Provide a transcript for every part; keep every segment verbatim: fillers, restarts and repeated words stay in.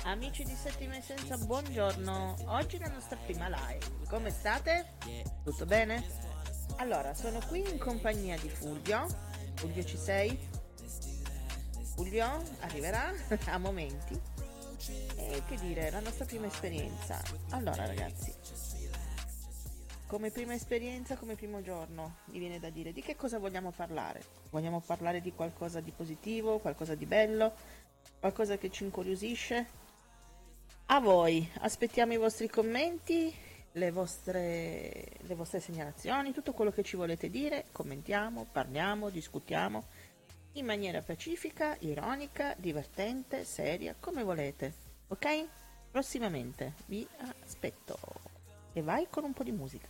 Amici di Settima Essenza, buongiorno. Oggi è la nostra prima live. Come state? Tutto bene? Allora, sono qui in compagnia di Fulvio. Fulvio, ci sei? Fulvio arriverà a momenti. E che dire, la nostra prima esperienza. Allora, ragazzi, come prima esperienza, come primo giorno, mi viene da dire di che cosa vogliamo parlare. Vogliamo parlare di qualcosa di positivo, qualcosa di bello, qualcosa che ci incuriosisce? A voi, aspettiamo i vostri commenti, le vostre, le vostre segnalazioni, tutto quello che ci volete dire, commentiamo, parliamo, discutiamo in maniera pacifica, ironica, divertente, seria, come volete, ok? Prossimamente vi aspetto. E vai con un po' di musica.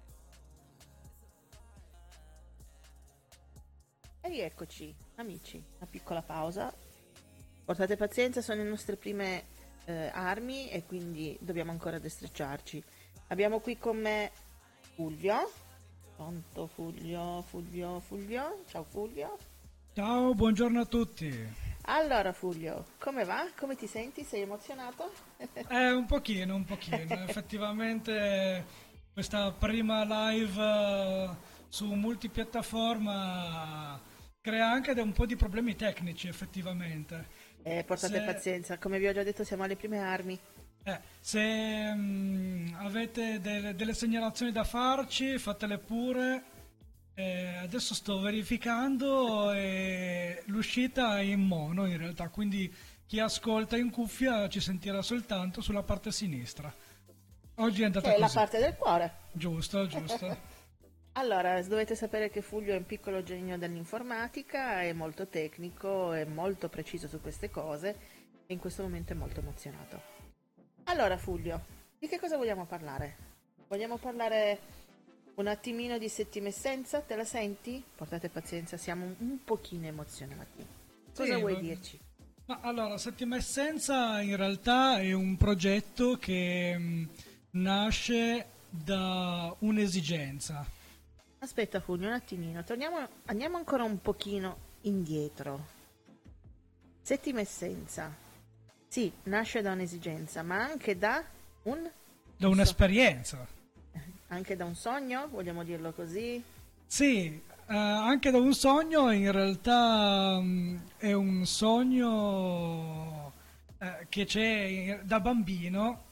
E rieccoci, amici, una piccola pausa. Portate pazienza, sono le nostre prime eh, armi e quindi dobbiamo ancora destreggiarci. Abbiamo qui con me Fulvio. Pronto Fulvio, Fulvio, Fulvio? Ciao Fulvio. Ciao, buongiorno a tutti. Allora Fulvio, come va? Come ti senti? Sei emozionato? Eh, un pochino, un pochino. Effettivamente questa prima live eh, su multipiattaforma crea anche de- un po' di problemi tecnici, effettivamente. Eh, portate Se, pazienza, come vi ho già detto siamo alle prime armi. eh, se mm, avete delle, delle segnalazioni da farci, fatele pure. Eh, adesso sto verificando e l'uscita è in mono in realtà, quindi chi ascolta in cuffia ci sentirà soltanto sulla parte sinistra. Oggi è andata Che è la così. parte del cuore. Giusto, giusto. Allora, dovete sapere che Fulvio è un piccolo genio dell'informatica, è molto tecnico, è molto preciso su queste cose e in questo momento è molto emozionato. Allora, Fulvio, di che cosa vogliamo parlare? Vogliamo parlare un attimino di Settima Essenza? Te la senti? Portate pazienza, siamo un, un pochino emozionati. Cosa Sì, vuoi ma, dirci? ma allora, Settima Essenza in realtà è un progetto che mh, nasce da un'esigenza. Aspetta Fulvio, un attimino, torniamo, andiamo ancora un pochino indietro. Settima Essenza. Sì, nasce da un'esigenza, ma anche da un... Da un so- un'esperienza. anche da un sogno, vogliamo dirlo così? Sì, eh, anche da un sogno, in realtà mh, è un sogno eh, che c'è in- da bambino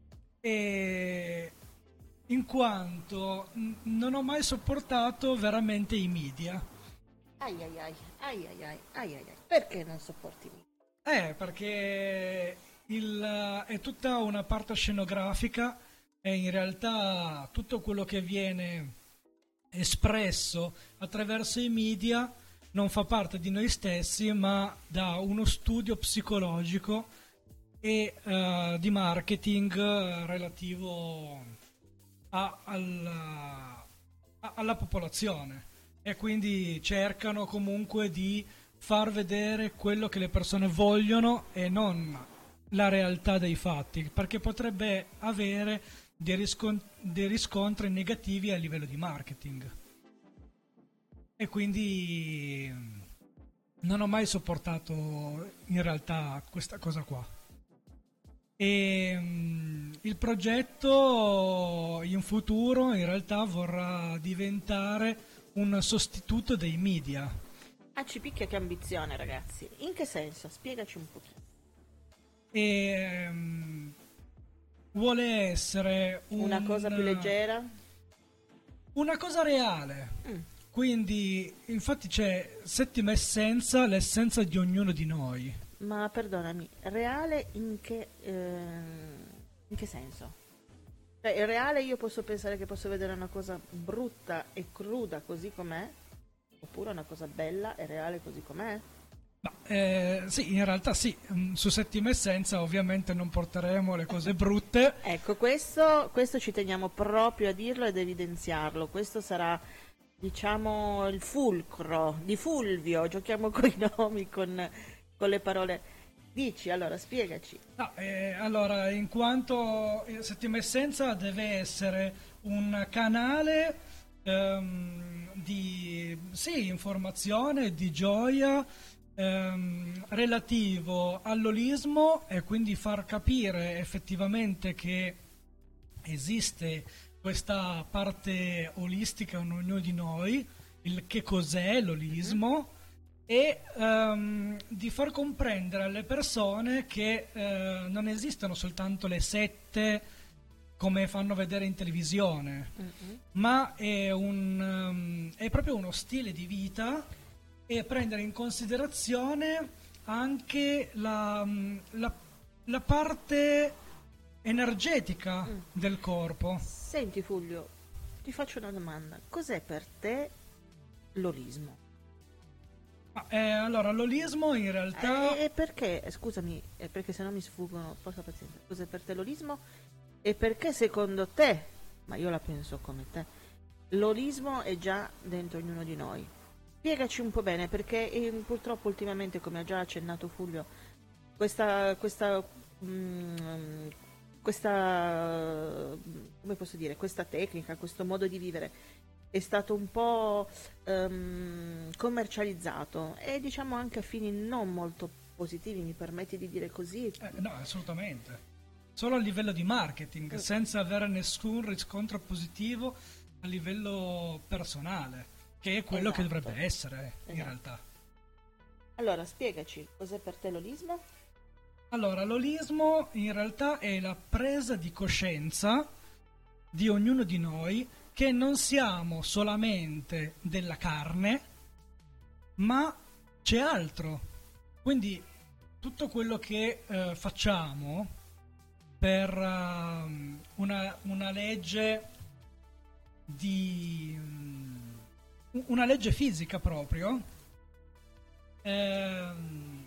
e in quanto mh, non ho mai sopportato veramente i media. Ai ai ai, ai ai ai, ai ai ai. Perché non sopporti me? Eh, perché il- è tutta una parte scenografica e in realtà tutto quello che viene espresso attraverso i media non fa parte di noi stessi, ma da uno studio psicologico e eh, di marketing eh, relativo a- alla, a- alla popolazione e quindi cercano comunque di far vedere quello che le persone vogliono e non la realtà dei fatti, perché potrebbe avere dei, riscon- dei riscontri negativi a livello di marketing. E quindi mm, non ho mai sopportato in realtà questa cosa qua. E mm, il progetto in futuro in realtà vorrà diventare un sostituto dei media. Ah, ci picchia che ambizione, ragazzi. In che senso? Spiegaci un pochino. E mm, vuole essere Una cosa più un, leggera? una cosa reale. Mm. Quindi, infatti, c'è settima essenza, l'essenza di ognuno di noi. Ma perdonami, reale in che, ehm, in che senso? Cioè, il reale io posso pensare che posso vedere una cosa brutta e cruda così com'è, oppure una cosa bella e reale così com'è? Ma, eh, sì, in realtà sì, mm, su settima essenza ovviamente non porteremo le cose brutte. Ecco, questo, questo ci teniamo proprio a dirlo ed evidenziarlo. Questo sarà, diciamo, il fulcro di Fulvio. Giochiamo con i nomi, con, con le parole. Dici, allora, spiegaci. No, eh, allora, in quanto eh, settima essenza deve essere un canale ehm, di sì, informazione, di gioia ehm, relativo all'olismo e quindi far capire effettivamente che esiste questa parte olistica in ognuno di noi, il che cos'è l'olismo, e ehm, di far comprendere alle persone che eh, non esistono soltanto le sette come fanno vedere in televisione, Mhm. ma è, un, ehm, è proprio uno stile di vita e prendere in considerazione anche la, mm, la- la parte energetica Mm. del corpo. Senti Fulvio, ti faccio una domanda. Cos'è per te l'olismo? Ma, eh, allora, l'olismo in realtà... E perché, eh, scusami, è perché se no mi sfuggono, porta pazienza, cos'è per te l'olismo? E perché secondo te, ma io la penso come te, l'olismo è già dentro ognuno di noi? Spiegaci un po' bene, perché eh, purtroppo ultimamente, come ha già accennato Fulvio, questa, questa, mm, questa, come posso dire, questa tecnica, questo modo di vivere è stato un po' ehm, commercializzato e diciamo anche a fini non molto positivi, mi permetti di dire così. eh, no, assolutamente. Solo a livello di marketing, Mm. senza avere nessun riscontro positivo a livello personale, che è quello che Esatto. dovrebbe essere in Esatto. realtà. Allora, spiegaci, cos'è per te l'olismo? Allora, l'olismo in realtà è la presa di coscienza di ognuno di noi che non siamo solamente della carne, ma c'è altro. Quindi tutto quello che eh, facciamo per ehm, una, una legge di mm, una legge fisica proprio, ehm,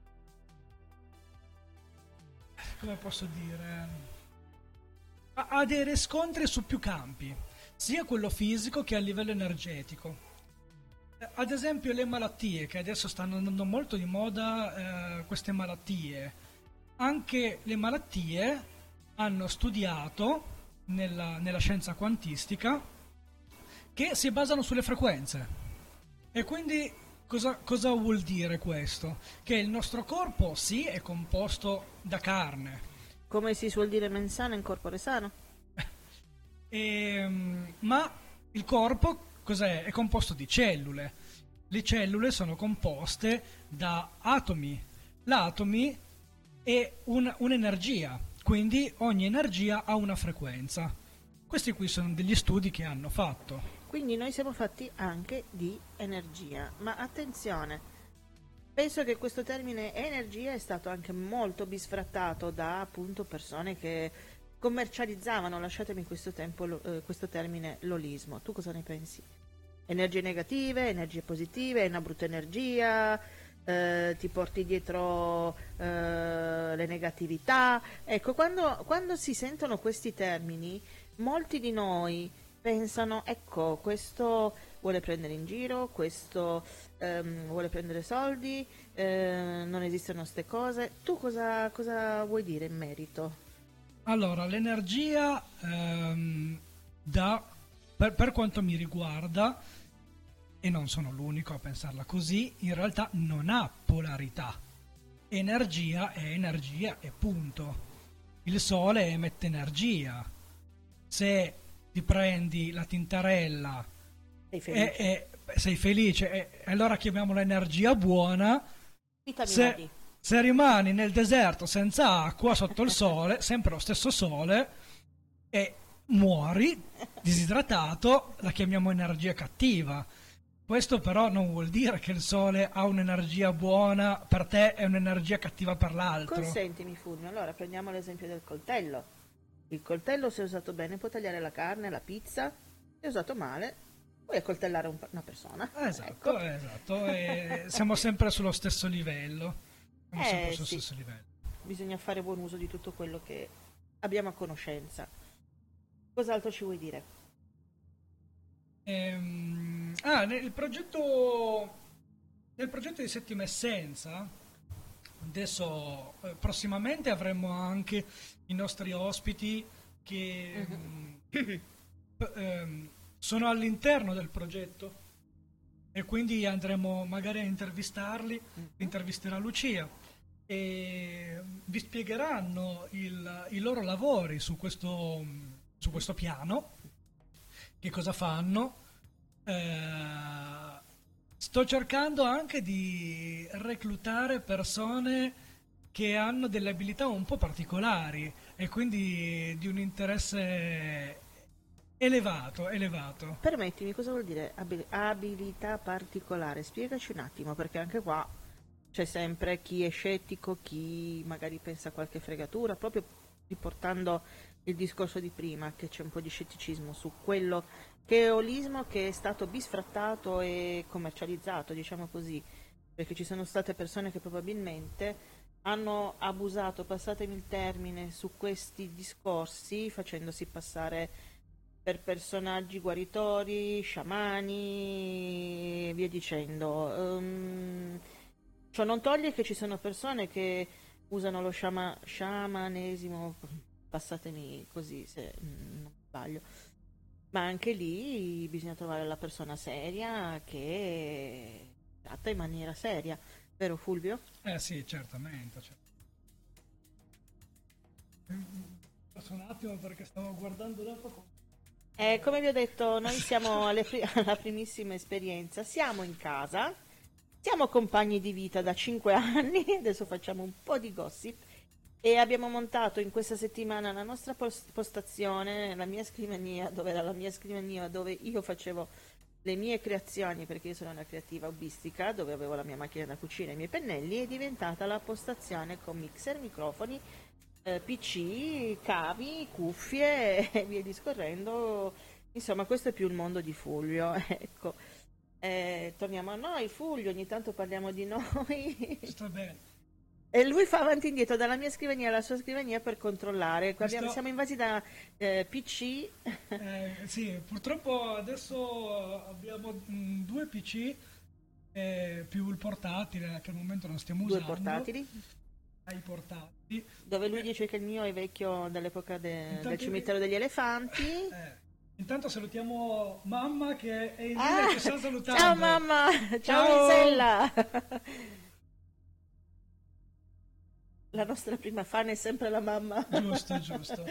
come posso dire, ha, ha dei riscontri su più campi, sia quello fisico che a livello energetico. Eh, Ad esempio le malattie, che adesso stanno andando molto di moda, eh, queste malattie, anche le malattie hanno studiato nella, nella scienza quantistica che si basano sulle frequenze. E quindi cosa, cosa vuol dire questo? Che il nostro corpo sì è composto da carne, Come si suol dire mens sana in corpore sano? Ehm, ma il corpo cos'è? È composto di cellule. Le cellule sono composte da atomi. L'atomi è un- un'energia, quindi ogni energia ha una frequenza. Questi qui sono degli studi che hanno fatto. Quindi noi siamo fatti anche di energia, ma attenzione, penso che questo termine energia è stato anche molto bisfrattato da appunto persone che commercializzavano, lasciatemi questo, tempo, lo- eh, questo termine, l'olismo. Tu cosa ne pensi? Energie negative, energie positive, è una brutta energia, eh, ti porti dietro eh, le negatività. Ecco, quando, quando si sentono questi termini, molti di noi pensano, ecco, questo vuole prendere in giro, questo ehm, vuole prendere soldi, eh, non esistono queste cose. Tu cosa, cosa vuoi dire in merito? Allora, l'energia ehm, da, per, per quanto mi riguarda, e non sono l'unico a pensarla così, in realtà non ha polarità. Energia è energia e punto. Il sole emette energia. Se ti prendi la tintarella Sei e, felice? e sei felice, e, e allora chiamiamola energia buona. Vitamina Se, D. se rimani nel deserto senza acqua, sotto il sole, sempre lo stesso sole, e muori disidratato, la chiamiamo energia cattiva. Questo però non vuol dire che il sole ha un'energia buona per te e un'energia cattiva per l'altro. Consentimi Fulvio, allora prendiamo l'esempio del coltello. Il coltello se usato bene può tagliare la carne, la pizza, se usato male puoi accoltellare un- una persona. Esatto, Ecco. esatto. E siamo sempre sullo stesso livello. Siamo Eh, sempre sullo sì. stesso livello. Bisogna fare buon uso di tutto quello che abbiamo a conoscenza. Cos'altro ci vuoi dire? Ehm, ah, nel progetto, nel progetto di Settima Essenza, adesso eh, prossimamente avremo anche i nostri ospiti che mm, p- ehm, sono all'interno del progetto. e quindi andremo magari a intervistarli, Mhm. intervisterà Lucia e vi spiegheranno il- i loro lavori su questo, su questo piano, che cosa fanno. Eh, sto cercando anche di reclutare persone che hanno delle abilità un po' particolari e quindi di un interesse elevato, elevato. Permettimi, cosa vuol dire abil- abilità particolare? Spiegaci un attimo, perché anche qua c'è sempre chi è scettico, chi magari pensa a qualche fregatura, proprio riportando il discorso di prima, che c'è un po' di scetticismo su quello che è olismo che è stato bisfrattato e commercializzato, diciamo così, perché ci sono state persone che probabilmente hanno abusato, passatemi il termine, su questi discorsi facendosi passare per personaggi guaritori, sciamani e via dicendo. Ehm, ciò non toglie che ci sono persone che usano lo sciama- sciamanesimo, passatemi così se mm, non sbaglio, ma anche lì bisogna trovare la persona seria che tratta in maniera seria, vero Fulvio? Eh sì, certamente. cer- Aspetta un attimo perché stavo guardando dopo. con- Eh, come vi ho detto, noi siamo alle pri- alla primissima esperienza, siamo in casa, siamo compagni di vita da cinque anni, adesso facciamo un po' di gossip e abbiamo montato in questa settimana la nostra pos- postazione, la mia scrivania, dove era la mia scrivania, dove io facevo le mie creazioni, perché io sono una creativa hobbistica, dove avevo la mia macchina da cucina e i miei pennelli, è diventata la postazione con mixer, microfoni, eh, P C, cavi, cuffie e via discorrendo. Insomma, questo è più il mondo di Fulvio, ecco. Eh, torniamo a noi, Fulvio, ogni tanto parliamo di noi. Sta bene. E lui fa avanti e indietro dalla mia scrivania alla sua scrivania per controllare. Qua abbiamo- Questo- siamo invasi da eh, P C, Eh, sì, purtroppo adesso abbiamo mm, due P C eh, più il portatile che al momento non stiamo due usando. portatili, Ai portatili. dove lui dice che il mio è vecchio dell'epoca de- Intanto del vi- cimitero degli elefanti. Eh, intanto salutiamo mamma che è in Ah, linea e ci sta salutando. ciao mamma, ciao, Ciao. Isella. La nostra prima fan è sempre la mamma. Giusto, giusto.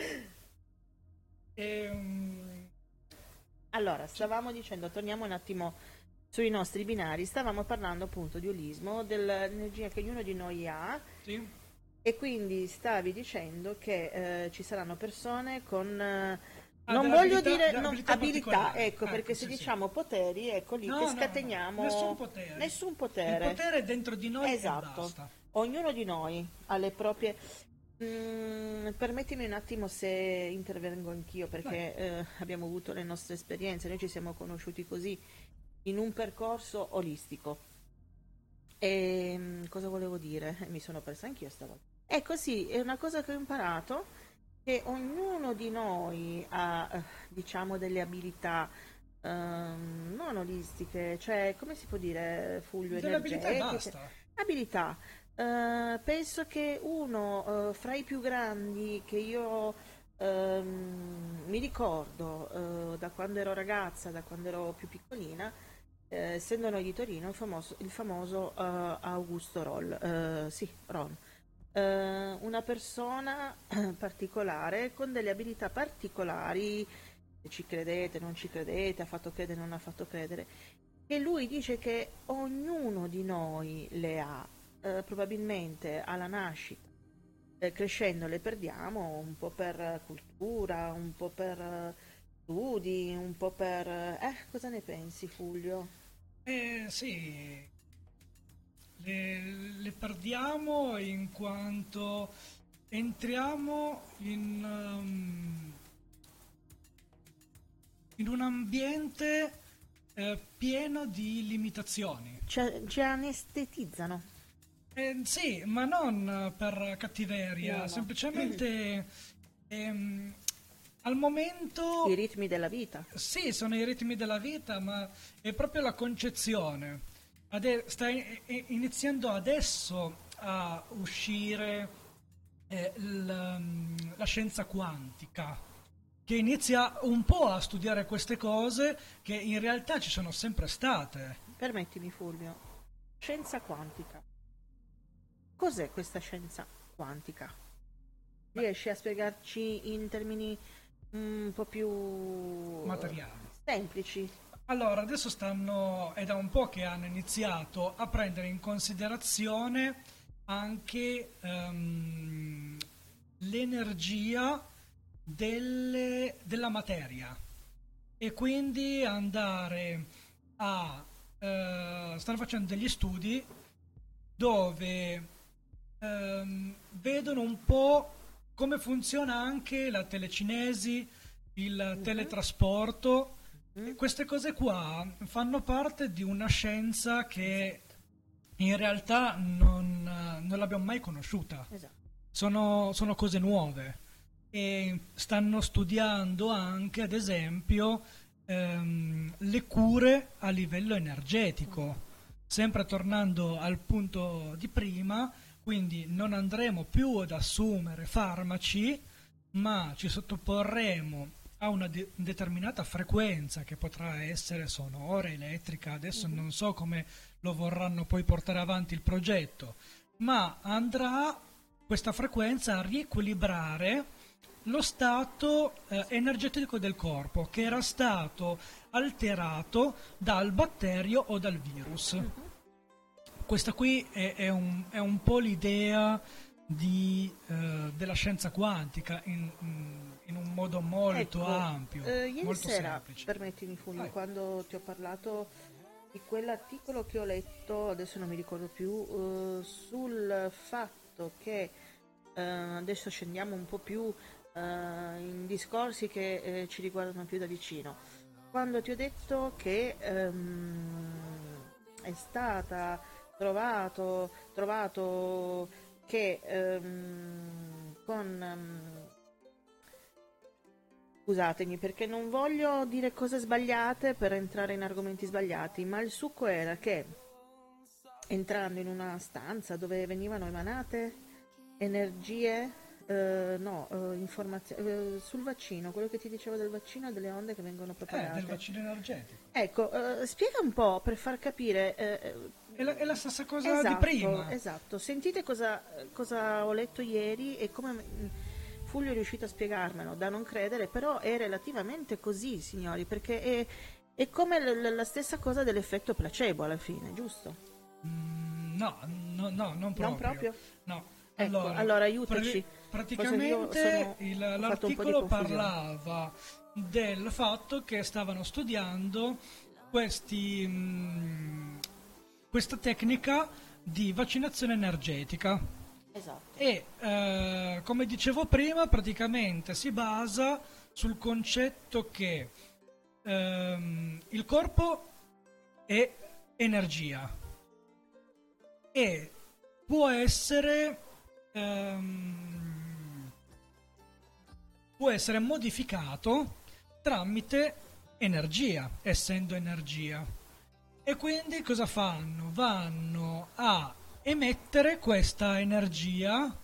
Ehm, Allora, stavamo dicendo, torniamo un attimo sui nostri binari, stavamo parlando appunto di olismo, dell'energia che ognuno di noi ha sì, e quindi stavi dicendo che eh, ci saranno persone con... eh, Ah, non delle voglio abilità- dire delle non- abilità abilità, particolari. ecco, perché Ecco, se sì, sì. diciamo poteri, ecco lì No, che no, no, scateniamo... nessun potere. Nessun potere. il potere è dentro di noi e Esatto, basta. ognuno di noi ha le proprie... Mm, permettimi un attimo se intervengo anch'io perché eh, abbiamo avuto le nostre esperienze, noi ci siamo conosciuti così in un percorso olistico. E mm, cosa volevo dire? Mi sono persa anch'io stavolta. Ecco sì, è una cosa che ho imparato, che ognuno di noi ha, eh, diciamo, delle abilità ehm, non olistiche, cioè come si può dire, Fulvio, Delle abilità e energetiche. basta. Abilità. Eh, penso che uno eh, fra i più grandi che io ehm, mi ricordo eh, da quando ero ragazza, da quando ero più piccolina, eh, essendo noi di Torino, il famoso, il famoso eh, Augusto Roll, eh, sì, Ron. Eh, una persona particolare con delle abilità particolari, se ci credete, non ci credete, ha fatto credere, non ha fatto credere, e lui dice che ognuno di noi le ha, eh, probabilmente alla nascita, eh, crescendo le perdiamo un po' per cultura, un po' per eh, studi, un po' per... Eh, cosa ne pensi, Fulvio? Eh sì, le, le perdiamo in quanto entriamo in, um, in un ambiente eh, pieno di limitazioni. Ci, ci anestetizzano. Eh, sì, ma non per cattiveria, No, no. semplicemente ehm, al momento I ritmi della vita. sì, sono i ritmi della vita, ma è proprio la concezione. Ade- sta i- i- iniziando adesso a uscire eh, l- mm, la scienza quantica, che inizia un po' a studiare queste cose che in realtà ci sono sempre state. permettimi Fulvio, scienza quantica. Cos'è questa scienza quantica? Beh, Riesci a spiegarci in termini un po' più materiali. semplici? Allora, adesso stanno, è da un po' che hanno iniziato a prendere in considerazione anche ehm, l'energia delle- della materia e quindi andare a... eh, stanno facendo degli studi dove ehm, vedono un po' come funziona anche la telecinesi, il Mhm, teletrasporto. E mhm. queste cose qua fanno parte di una scienza che Esatto, in realtà non, non l'abbiamo mai conosciuta. esatto. Sono, sono cose nuove e stanno studiando anche, ad esempio, ehm, le cure a livello energetico. Sempre tornando al punto di prima, quindi non andremo più ad assumere farmaci, ma ci sottoporremo a una de- determinata frequenza che potrà essere sonora, elettrica, adesso Mhm. non so come lo vorranno poi portare avanti il progetto, ma andrà questa frequenza a riequilibrare lo stato eh, energetico del corpo che era stato alterato dal batterio o dal virus. Mhm. Questa qui è, è un, è un po' l'idea di, eh, della scienza quantica in, in- in un modo molto Ecco, ampio, eh, ieri molto sera, semplice. permettimi Fulvio, Vai. quando ti ho parlato di quell'articolo che ho letto, adesso non mi ricordo più, eh, sul fatto che eh, adesso scendiamo un po' più eh, in discorsi che eh, ci riguardano più da vicino. Quando ti ho detto che ehm, è stata trovato, trovato che ehm, con ehm, scusatemi perché non voglio dire cose sbagliate per entrare in argomenti sbagliati, ma il succo era che entrando in una stanza dove venivano emanate energie, eh, no, eh, informazioni eh, sul vaccino, quello che ti dicevo del vaccino e delle onde che vengono Eh, del propagate. vaccino energetico. Ecco, eh, spiega un po' per far capire. eh, eh, È la, è la stessa cosa di esatto, prima. esatto. Sentite cosa, cosa ho letto ieri e come mm, Fulvio è riuscito a spiegarmelo, da non credere, però è relativamente così, signori, perché è, è come l- l- la stessa cosa dell'effetto placebo alla fine, giusto? Mm, no, no, no, non Non proprio. proprio? No. Ecco, Allora, allora pra- aiutaci. Forse io praticamente sono, il- ho fatto un po' di l'articolo confusione. parlava del fatto che stavano studiando questi, mm, questa tecnica di vaccinazione energetica Esatto. e, eh, come dicevo prima, praticamente si basa sul concetto che ehm, il corpo è energia e può essere ehm, può essere modificato tramite energia, essendo energia. E quindi cosa fanno? Vanno a emettere questa energia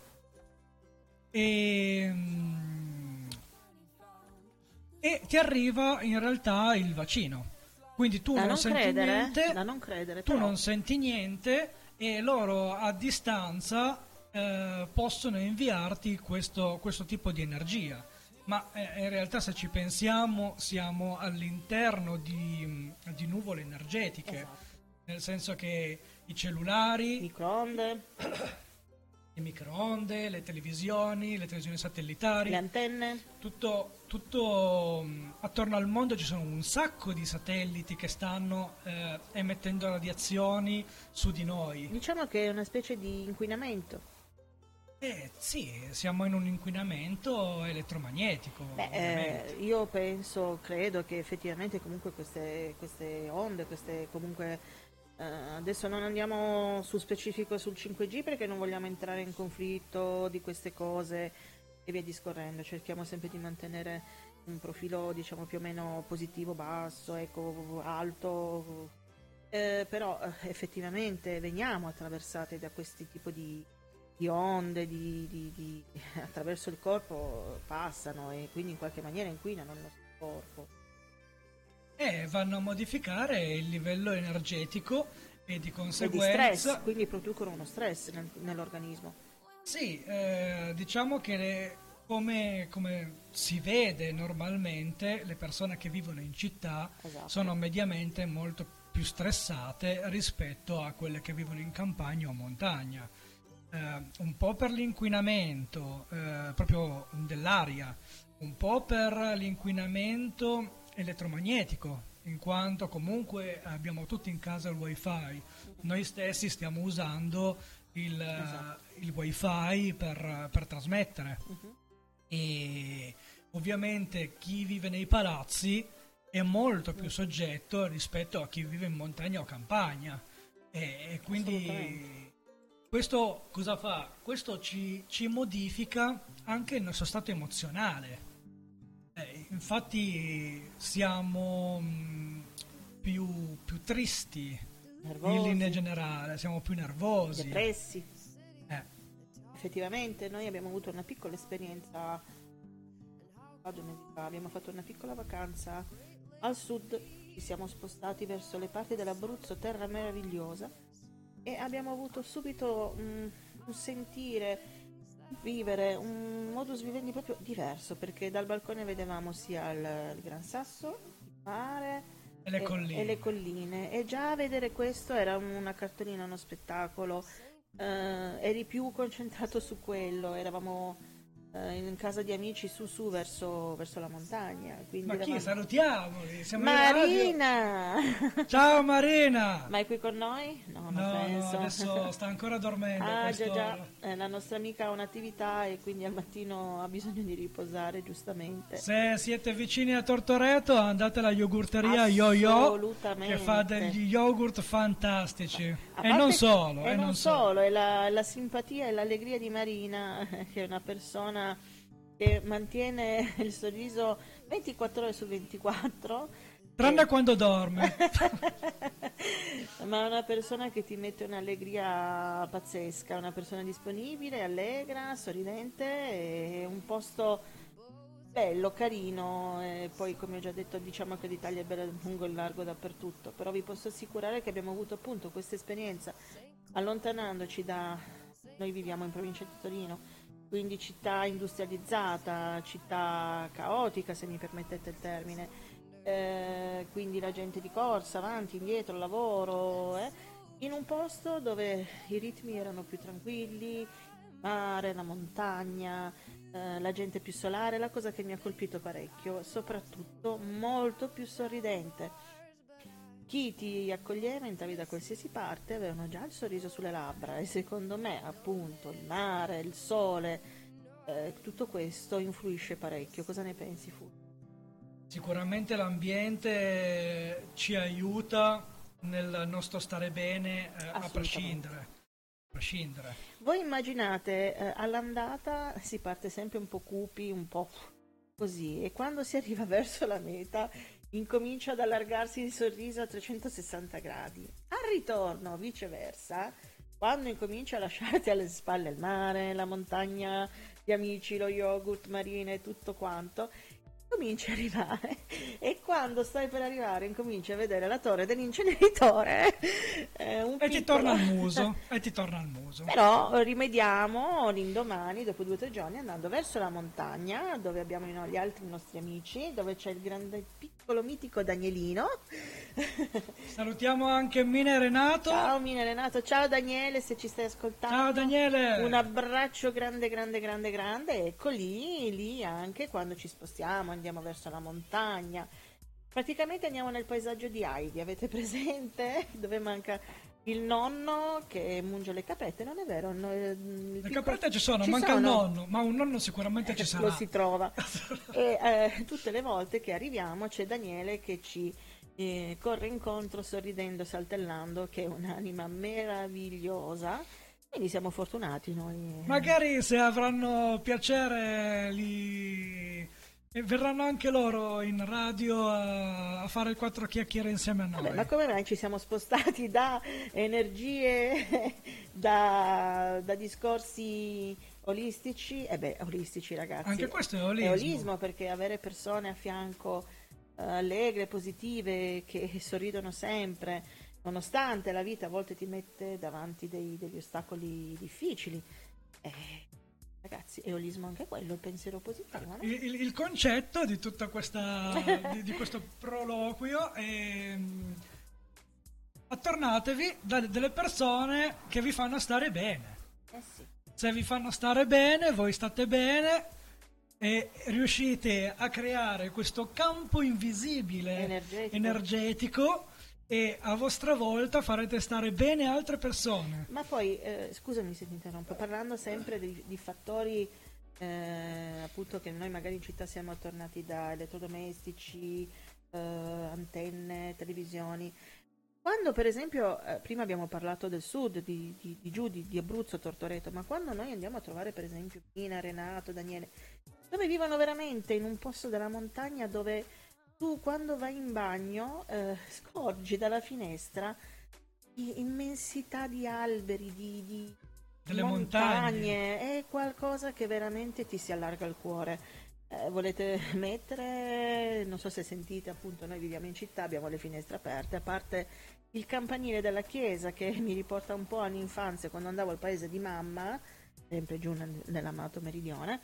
e, e ti arriva in realtà il vaccino. Quindi tu Da non non senti credere, eh? niente, Da non credere, tu però. non senti niente e loro a distanza eh, possono inviarti questo, questo tipo di energia. Ma eh, in realtà se ci pensiamo siamo all'interno di, di nuvole energetiche, Esatto. nel senso che i cellulari, Microonde, le microonde, le televisioni, le televisioni le satellitari, antenne. tutto, tutto mh, attorno al mondo ci sono un sacco di satelliti che stanno eh, emettendo radiazioni su di noi. Diciamo che è una specie di inquinamento. Eh sì, siamo in un inquinamento elettromagnetico, Beh, ovviamente. eh, io penso, credo che effettivamente comunque queste, queste onde, queste comunque eh, adesso non andiamo su specifico sul cinque G perché non vogliamo entrare in conflitto di queste cose e via discorrendo, cerchiamo sempre di mantenere un profilo diciamo più o meno positivo, basso, ecco, alto, eh, però eh, effettivamente veniamo attraversate da questi tipi di di onde di, di- di- attraverso il corpo passano e quindi in qualche maniera inquinano il nostro corpo. e vanno a modificare il livello energetico e di E di conseguenza... stress, quindi producono uno stress nel- nell'organismo. Sì, eh, diciamo che le- come, come si vede normalmente, le persone che vivono in città Esatto. sono mediamente molto più stressate rispetto a quelle che vivono in campagna o montagna. Eh, un po' per l'inquinamento eh, proprio dell'aria, un po' per l'inquinamento elettromagnetico, in quanto comunque abbiamo tutti in casa il wifi, noi stessi stiamo usando il, Esatto. il wifi per, per trasmettere Mhm. e ovviamente chi vive nei palazzi è molto più soggetto rispetto a chi vive in montagna o campagna e, e quindi Assolutamente. questo cosa fa? Questo ci, ci modifica anche il nostro stato emozionale. Eh, infatti siamo mh, più, più tristi in linea Nervosi, generale, siamo più nervosi. depressi. Eh, Effettivamente noi abbiamo avuto una piccola esperienza, ah, due mesi fa, abbiamo fatto una piccola vacanza al sud, ci siamo spostati verso le parti dell'Abruzzo, terra meravigliosa, e abbiamo avuto subito mm, un sentire, vivere, un modus vivendi proprio diverso, perché dal balcone vedevamo sia il, il Gran Sasso, il mare e le e, colline. e le colline, e già vedere questo era una cartolina, uno spettacolo, eh, eri più concentrato su quello, eravamo eh, in casa di amici su su verso, verso la montagna, quindi Ma chi? eravamo... Salutiamoli, siamo in radio. Marina! Ciao Marina! Ma è qui con noi? No, non No, penso. no, adesso sta ancora dormendo a Ah, già, già. quest'ora. Eh, la nostra amica ha un'attività e quindi al mattino ha bisogno di riposare, giustamente. Se siete vicini a Tortoreto andate alla yogurteria Yo-Yo Assolutamente. che fa degli yogurt fantastici. A E parte- non solo, e e non non solo, solo. è la, la simpatia e l'allegria di Marina, che è una persona che mantiene il sorriso ventiquattro ore su ventiquattro. Tranne e- quando dorme. Ma è una persona che ti mette un'allegria pazzesca, una persona disponibile, allegra, sorridente, e un posto bello, carino, e poi come ho già detto diciamo che l'Italia è bella lungo e largo dappertutto, però vi posso assicurare che abbiamo avuto appunto questa esperienza allontanandoci da... Noi viviamo in provincia di Torino, quindi città industrializzata, città caotica se mi permettete il termine, eh, quindi la gente di corsa, avanti, indietro, lavoro, eh, in un posto dove i ritmi erano più tranquilli, il mare, la montagna, eh, la gente più solare, la cosa che mi ha colpito parecchio, soprattutto molto più sorridente. Chi ti accoglieva, entravi da qualsiasi parte, avevano già il sorriso sulle labbra e secondo me appunto il mare, il sole, eh, tutto questo influisce parecchio. Cosa ne pensi, Fu? Sicuramente l'ambiente ci aiuta nel nostro stare bene eh, a Assolutamente. prescindere. A prescindere. Voi immaginate, eh, all'andata si parte sempre un po' cupi, un po' così, e quando si arriva verso la meta incomincia ad allargarsi il sorriso a trecentosessanta gradi. Al ritorno, viceversa, quando incomincia a lasciarti alle spalle il mare, la montagna, gli amici, lo yogurt, Marina e tutto quanto, cominci a arrivare, e quando stai per arrivare incominci a vedere la torre dell'inceneritore, eh, un E ti piccolo- torna al muso. E ti torna al muso. Però eh, rimediamo l'indomani, dopo due o tre giorni, andando verso la montagna, dove abbiamo i no- gli altri nostri amici, dove c'è il grande piccolo mitico Danielino. Salutiamo anche Mina e Renato. Ciao Mina Renato, ciao Daniele, se ci stai ascoltando. Ciao Daniele. Un abbraccio grande, grande, grande, grande. Ecco lì, lì anche quando ci spostiamo, andiamo verso la montagna. Praticamente andiamo nel paesaggio di Heidi, avete presente? Dove manca il nonno che munge le caprette, non è vero? No, eh, il Le piccolo- caprette ci sono, ci manca il sono. nonno, ma un nonno sicuramente ci sarà. Lo si trova. E eh, tutte le volte che arriviamo c'è Daniele che ci eh, corre incontro sorridendo, saltellando, che è un'anima meravigliosa. Quindi siamo fortunati noi. Magari se avranno piacere li... e verranno anche loro in radio a, a fare il quattro chiacchiere insieme a noi. Vabbè, ma come mai ci siamo spostati da energie, da, da discorsi olistici? Eh beh, olistici ragazzi. Anche questo è È olismo. olismo perché avere persone a fianco allegre, positive, che sorridono sempre, nonostante la vita a volte ti mette davanti dei, degli ostacoli difficili. Eh, ragazzi, è olismo anche quello, il pensiero positivo, no? il, il, il concetto di tutta questa di, di questo proloquio è: attornatevi da delle persone che vi fanno stare bene. Eh sì. Se vi fanno stare bene, voi state bene e riuscite a creare questo campo invisibile Energetico. energetico, e a vostra volta farete stare bene altre persone. Ma poi, eh, scusami se ti interrompo, parlando sempre di, di fattori eh, appunto che noi magari in città siamo attornati da elettrodomestici, eh, antenne, televisioni. Quando per esempio, eh, prima abbiamo parlato del sud, di, di, di giù, di, di Abruzzo, Tortoreto, ma quando noi andiamo a trovare per esempio Pina, Renato, Daniele, dove vivono veramente in un posto della montagna dove tu quando vai in bagno eh, scorgi dalla finestra di immensità di alberi, di, di Delle montagne, montagne. è qualcosa che veramente ti si allarga il cuore. Eh, volete mettere, non so se sentite, appunto noi viviamo in città, abbiamo le finestre aperte, a parte il campanile della chiesa che mi riporta un po' all'infanzia quando andavo al paese di mamma, sempre giù nel, nell'amato meridione,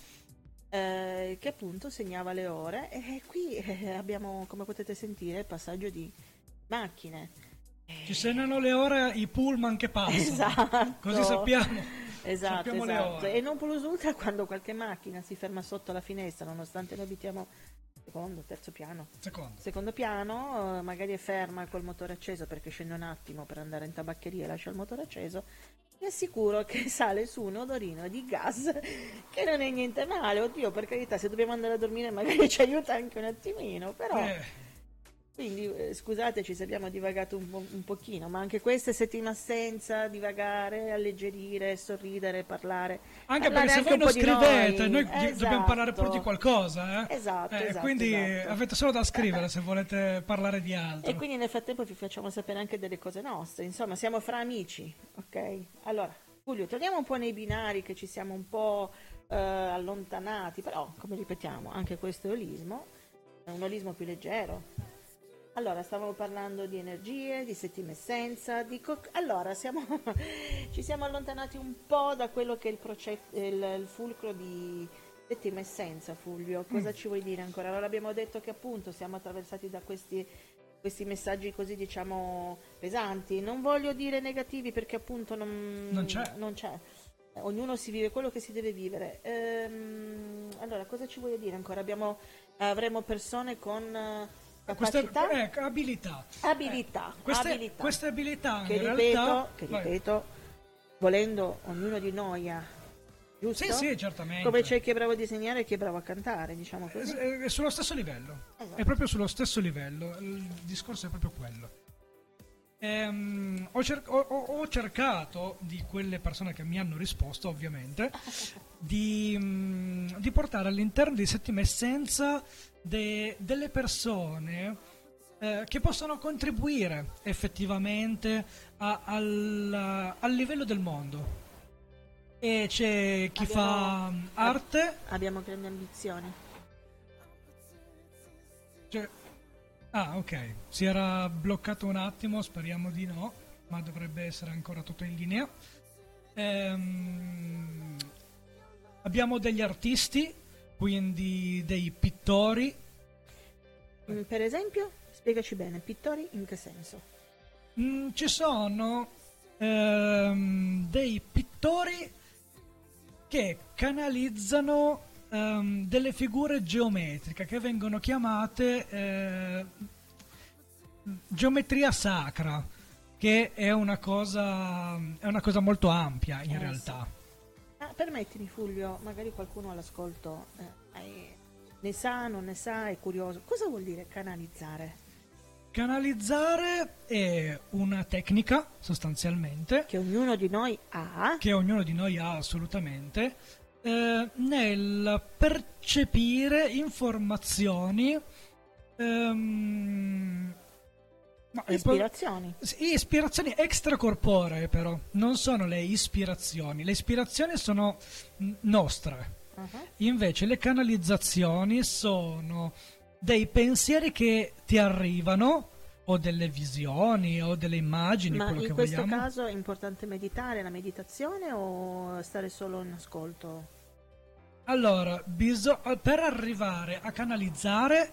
eh, che appunto segnava le ore, e qui eh, abbiamo, come potete sentire, il passaggio di macchine. Ci segnano le ore i pullman che passano. Esatto. Così sappiamo. Esatto, sappiamo le esatto. ore. E non plus ultra quando qualche macchina si ferma sotto la finestra, nonostante noi abitiamo secondo, terzo piano. Secondo. Secondo piano, eh, magari è ferma col motore acceso perché scende un attimo per andare in tabaccheria e lascia il motore acceso. Mi assicuro che sale su un odorino di gas che non è niente male. Oddio, per carità, se dobbiamo andare a dormire magari ci aiuta anche un attimino, però... Eh. Quindi eh, scusateci se abbiamo divagato un, po- un pochino, ma anche queste settimane assenza, divagare, alleggerire, sorridere, parlare. Anche parlare perché se anche voi un non po' di scrivete, noi, noi. di- dobbiamo parlare pure di Esatto. qualcosa, eh? Esatto, Eh, esatto, quindi esatto. avete solo da scrivere se volete parlare di altro. E quindi nel frattempo vi facciamo sapere anche delle cose nostre, insomma siamo fra amici, ok? Allora, Giulio, torniamo un po' nei binari che ci siamo un po' eh, allontanati, però come ripetiamo, anche questo è olismo, è un olismo più leggero. Allora, stavamo parlando di energie, di settima essenza, di co- allora siamo ci siamo allontanati un po' da quello che è il, proce- il, il fulcro di settima essenza, Fulvio. Cosa mm. ci vuoi dire ancora? Allora abbiamo detto che appunto siamo attraversati da questi, questi messaggi così, diciamo, pesanti. Non voglio dire negativi perché appunto non, non c'è. Non c'è. Ognuno si vive quello che si deve vivere. Ehm, allora, cosa ci vuoi dire ancora? Abbiamo, avremo persone con... capacità, queste, ecco, abilità, abilità, eh, queste, abilità. queste abilità che in ripeto, realtà, che vai. ripeto, volendo ognuno di noi ha, giusto? Sì, sì, certamente. Come c'è chi è bravo a disegnare e chi è bravo a cantare, diciamo così. È, è sullo stesso livello, Esatto. è proprio sullo stesso livello, il discorso è proprio quello. Ehm, ho, cer- ho, ho cercato, di quelle persone che mi hanno risposto ovviamente, di, mh, di portare all'interno di Settima Essenza de- delle persone eh, che possono contribuire effettivamente a- al, al livello del mondo. E c'è chi Abbiamo- fa mh, arte, Abbiamo grandi ambizioni. c'è- ah, ok, si era bloccato un attimo, speriamo di no, ma dovrebbe essere ancora tutto in linea. Ehm, abbiamo degli artisti, quindi dei pittori. Mm, Per esempio, spiegaci bene, pittori in che senso? Mm, ci sono ehm, dei pittori che canalizzano ehm, delle figure geometriche che vengono chiamate eh, geometria sacra, che è una cosa, è una cosa molto ampia in Eh, realtà. Ah, permettimi Fulvio, magari qualcuno all'ascolto eh, eh, ne sa, non ne sa, è curioso. Cosa vuol dire canalizzare? Canalizzare è una tecnica, sostanzialmente, Che ognuno di noi ha. che ognuno di noi ha assolutamente, eh, nel percepire informazioni, ehm, ma è po- Ispirazioni. sì, ispirazioni extracorporee, però non sono le ispirazioni. Le ispirazioni sono mm, nostre. Uh-huh. Invece le canalizzazioni sono dei pensieri che ti arrivano, o delle visioni, o delle immagini, Ma quello in che questo vogliamo. caso è importante meditare, la meditazione o stare solo in ascolto? Allora, biso- per arrivare a canalizzare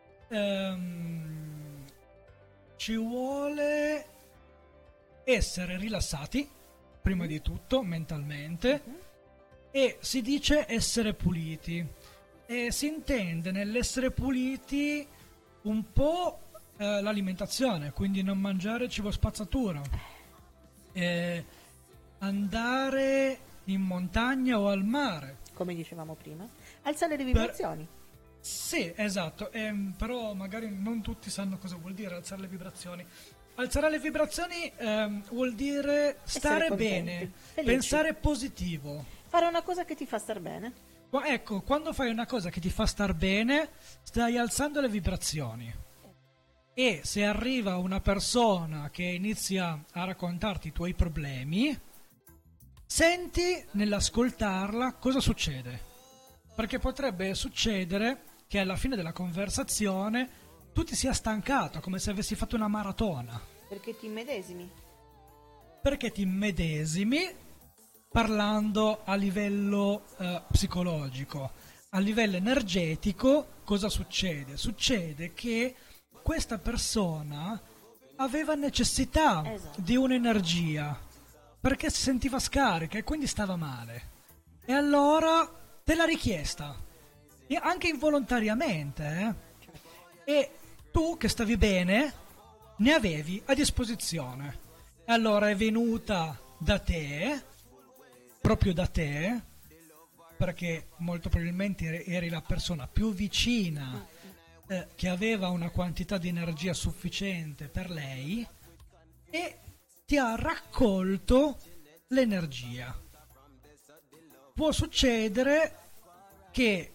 ehm, ci vuole essere rilassati, prima di tutto, mentalmente, Mhm. e si dice essere puliti. E si intende nell'essere puliti un po' eh, l'alimentazione, quindi non mangiare cibo spazzatura, eh, andare in montagna o al mare. Come dicevamo prima, alzare le Per- vibrazioni. Sì, esatto, ehm, però magari non tutti sanno cosa vuol dire alzare le vibrazioni. Alzare le vibrazioni ehm, vuol dire stare contenti, bene, felici. pensare positivo. Fare una cosa che ti fa star bene. Ma ecco, quando fai una cosa che ti fa star bene, stai alzando le vibrazioni. E se arriva una persona che inizia a raccontarti i tuoi problemi, senti nell'ascoltarla cosa succede. Perché potrebbe succedere che alla fine della conversazione tu ti sia stancato, come se avessi fatto una maratona. Perché ti immedesimi. Perché ti immedesimi parlando a livello eh, psicologico. A livello energetico cosa succede? Succede che questa persona aveva necessità Esatto. di un'energia perché si sentiva scarica e quindi stava male. E allora te l'ha richiesta, e anche involontariamente. eh. E tu che stavi bene ne avevi a disposizione. E allora è venuta da te, proprio da te, perché molto probabilmente eri la persona più vicina eh, che aveva una quantità di energia sufficiente per lei e ti ha raccolto l'energia. Può succedere che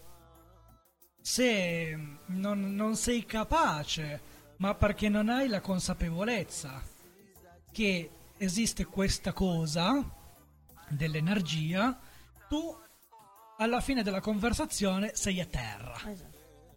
se non, non sei capace, ma perché non hai la consapevolezza che esiste questa cosa dell'energia, tu alla fine della conversazione sei a terra. Esatto.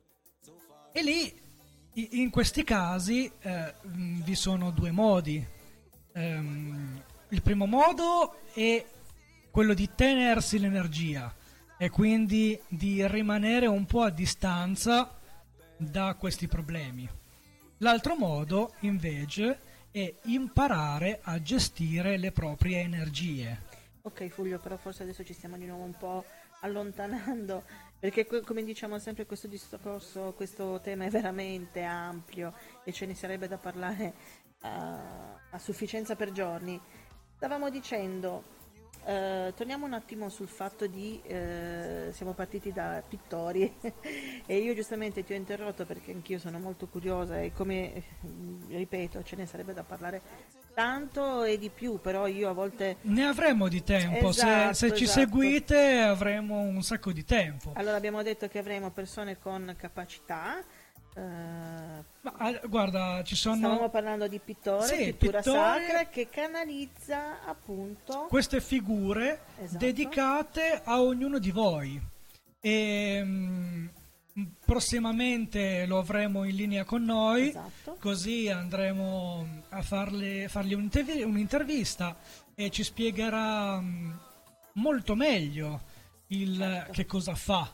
E lì, i- in questi casi, eh, mh, vi sono due modi. Ehm, il primo modo è quello di tenersi l'energia e quindi di rimanere un po' a distanza da questi problemi. L'altro modo, invece, è imparare a gestire le proprie energie. Ok Fulvio, però forse adesso ci stiamo di nuovo un po' allontanando, perché que- come diciamo sempre questo discorso, questo tema è veramente ampio e ce ne sarebbe da parlare a, a sufficienza per giorni. Stavamo dicendo, eh, torniamo un attimo sul fatto di, eh, siamo partiti da pittori e io giustamente ti ho interrotto perché anch'io sono molto curiosa e come, eh, ripeto, ce ne sarebbe da parlare tanto e di più, però io a volte... Ne avremo di tempo, se- Esatto, se, ci esatto. seguite avremo un sacco di tempo. Allora abbiamo detto che avremo persone con capacità, eh, Ma, ah, guarda, ci sono stavamo parlando di pittore, Sì, pittura pittore- sacra che canalizza appunto... queste figure Esatto. dedicate a ognuno di voi. E, mm, prossimamente lo avremo in linea con noi, Esatto. così andremo a farle- fargli un'intervi- un'intervista e ci spiegherà mm, molto meglio il Certo. che cosa fa,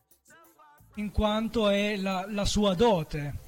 in quanto è la, la sua dote.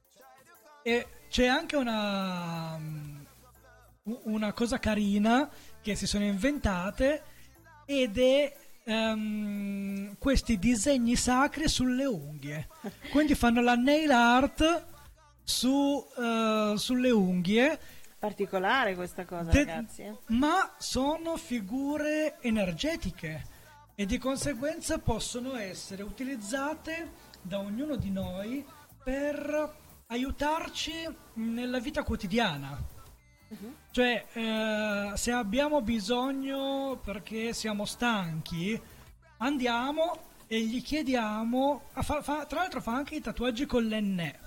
E c'è anche una, mm, una cosa carina che si sono inventate ed è ehm, questi disegni sacri sulle unghie. Quindi fanno la nail art su, eh, sulle unghie, Particolare questa cosa, de- ragazzi. eh. ma sono figure energetiche e di conseguenza possono essere utilizzate da ognuno di noi per aiutarci nella vita quotidiana. Cioè, eh, se abbiamo bisogno perché siamo stanchi, andiamo e gli chiediamo. ah, fa- fa- tra l'altro, fa anche i tatuaggi con l'enne.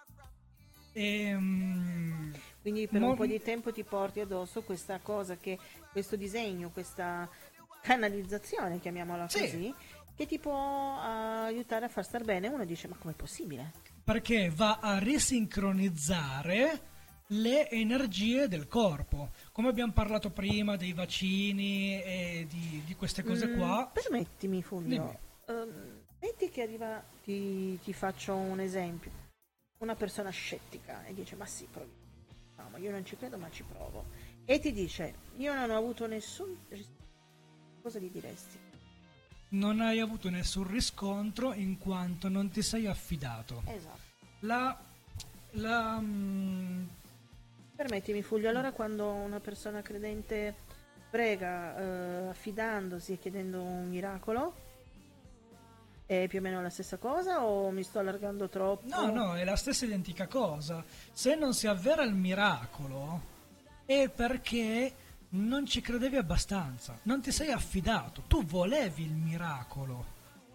Ehm, Quindi per mo- un po' di tempo ti porti addosso questa cosa che, questo disegno, questa canalizzazione, chiamiamola Sì. così, che ti può eh, aiutare a far star bene. Uno dice, ma com'è possibile? perché va a risincronizzare le energie del corpo, come abbiamo parlato prima dei vaccini e di, di queste cose Mm, qua. permettimi, Fulvio. Dimmi. Ehm, metti che arriva, ti, ti faccio un esempio, una persona scettica e dice ma sì, provi. No, ma io non ci credo, ma ci provo. E ti dice, io non ho avuto nessun riscontro. Cosa gli diresti? Non hai avuto nessun riscontro in quanto non ti sei affidato. Esatto. La, la, mm, Permettimi, Fulvio, allora quando una persona credente prega eh, affidandosi e chiedendo un miracolo, è più o meno la stessa cosa o mi sto allargando troppo? no, no, è la stessa identica cosa. Se non si avvera il miracolo è perché non ci credevi abbastanza, non ti sei affidato, tu volevi il miracolo.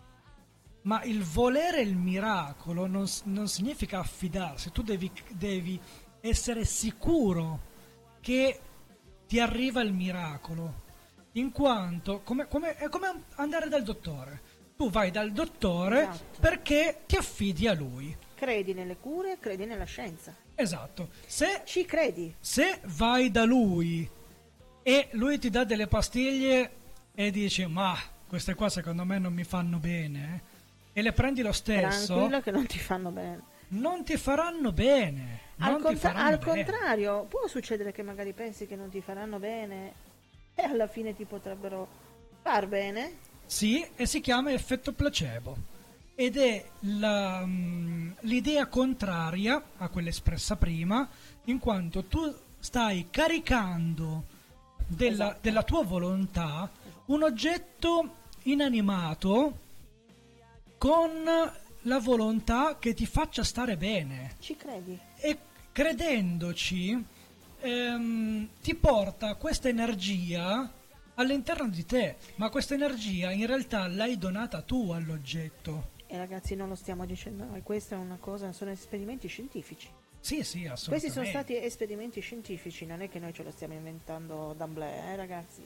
Ma il volere il miracolo non, s- non significa affidarsi, tu devi, devi essere sicuro che ti arriva il miracolo, in quanto come, come- è come andare dal dottore. Tu vai dal dottore Esatto. perché ti affidi a lui. Credi nelle cure, credi nella scienza. Esatto. Se, Ci credi. se vai da lui e lui ti dà delle pastiglie e dici ma queste qua secondo me non mi fanno bene, eh", e le prendi lo stesso, Tranquillo che non ti fanno bene. non ti faranno bene. Al, Non ti contra- faranno al bene. contrario, può succedere che magari pensi che non ti faranno bene e alla fine ti potrebbero far bene. Sì, e si chiama effetto placebo. Ed è la, mm, l'idea contraria a quella espressa prima, in quanto tu stai caricando della, Esatto. della tua volontà un oggetto inanimato con la volontà che ti faccia stare bene. Ci credi? E credendoci ehm, ti porta questa energia all'interno di te, ma questa energia in realtà l'hai donata tu all'oggetto. E ragazzi, non lo stiamo dicendo noi, questa è una cosa, sono esperimenti scientifici. Sì, sì, assolutamente. Questi sono stati esperimenti scientifici, non è che noi ce lo stiamo inventando d'amblè, eh ragazzi.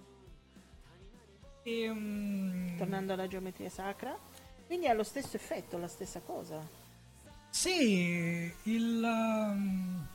E, mm, Tornando alla geometria sacra, quindi ha lo stesso effetto, la stessa cosa. sì, il... um,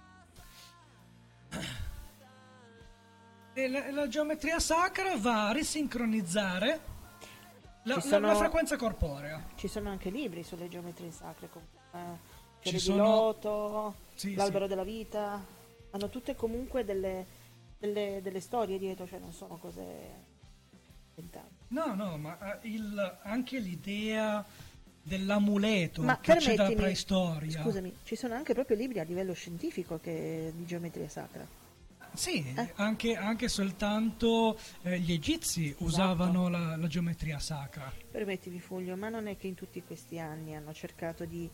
e la, la geometria sacra va a risincronizzare la, Ci la- sono- la frequenza corporea. Ci sono anche libri sulle geometrie sacre, come eh, Fiore Ci di sono- Loto, Sì, L'albero sì. della vita, hanno tutte comunque delle, delle- delle storie dietro, cioè non sono cose inventate. No, no, ma eh, il- anche l'idea dell'amuleto Ma che c'è dalla permettimi, preistoria. scusami, ci sono anche proprio libri a livello scientifico che, di geometria sacra. Sì, Eh. anche, anche soltanto eh, gli egizi Esatto. usavano la, la geometria sacra. Permettimi, Fulvio, ma non è che in tutti questi anni hanno cercato di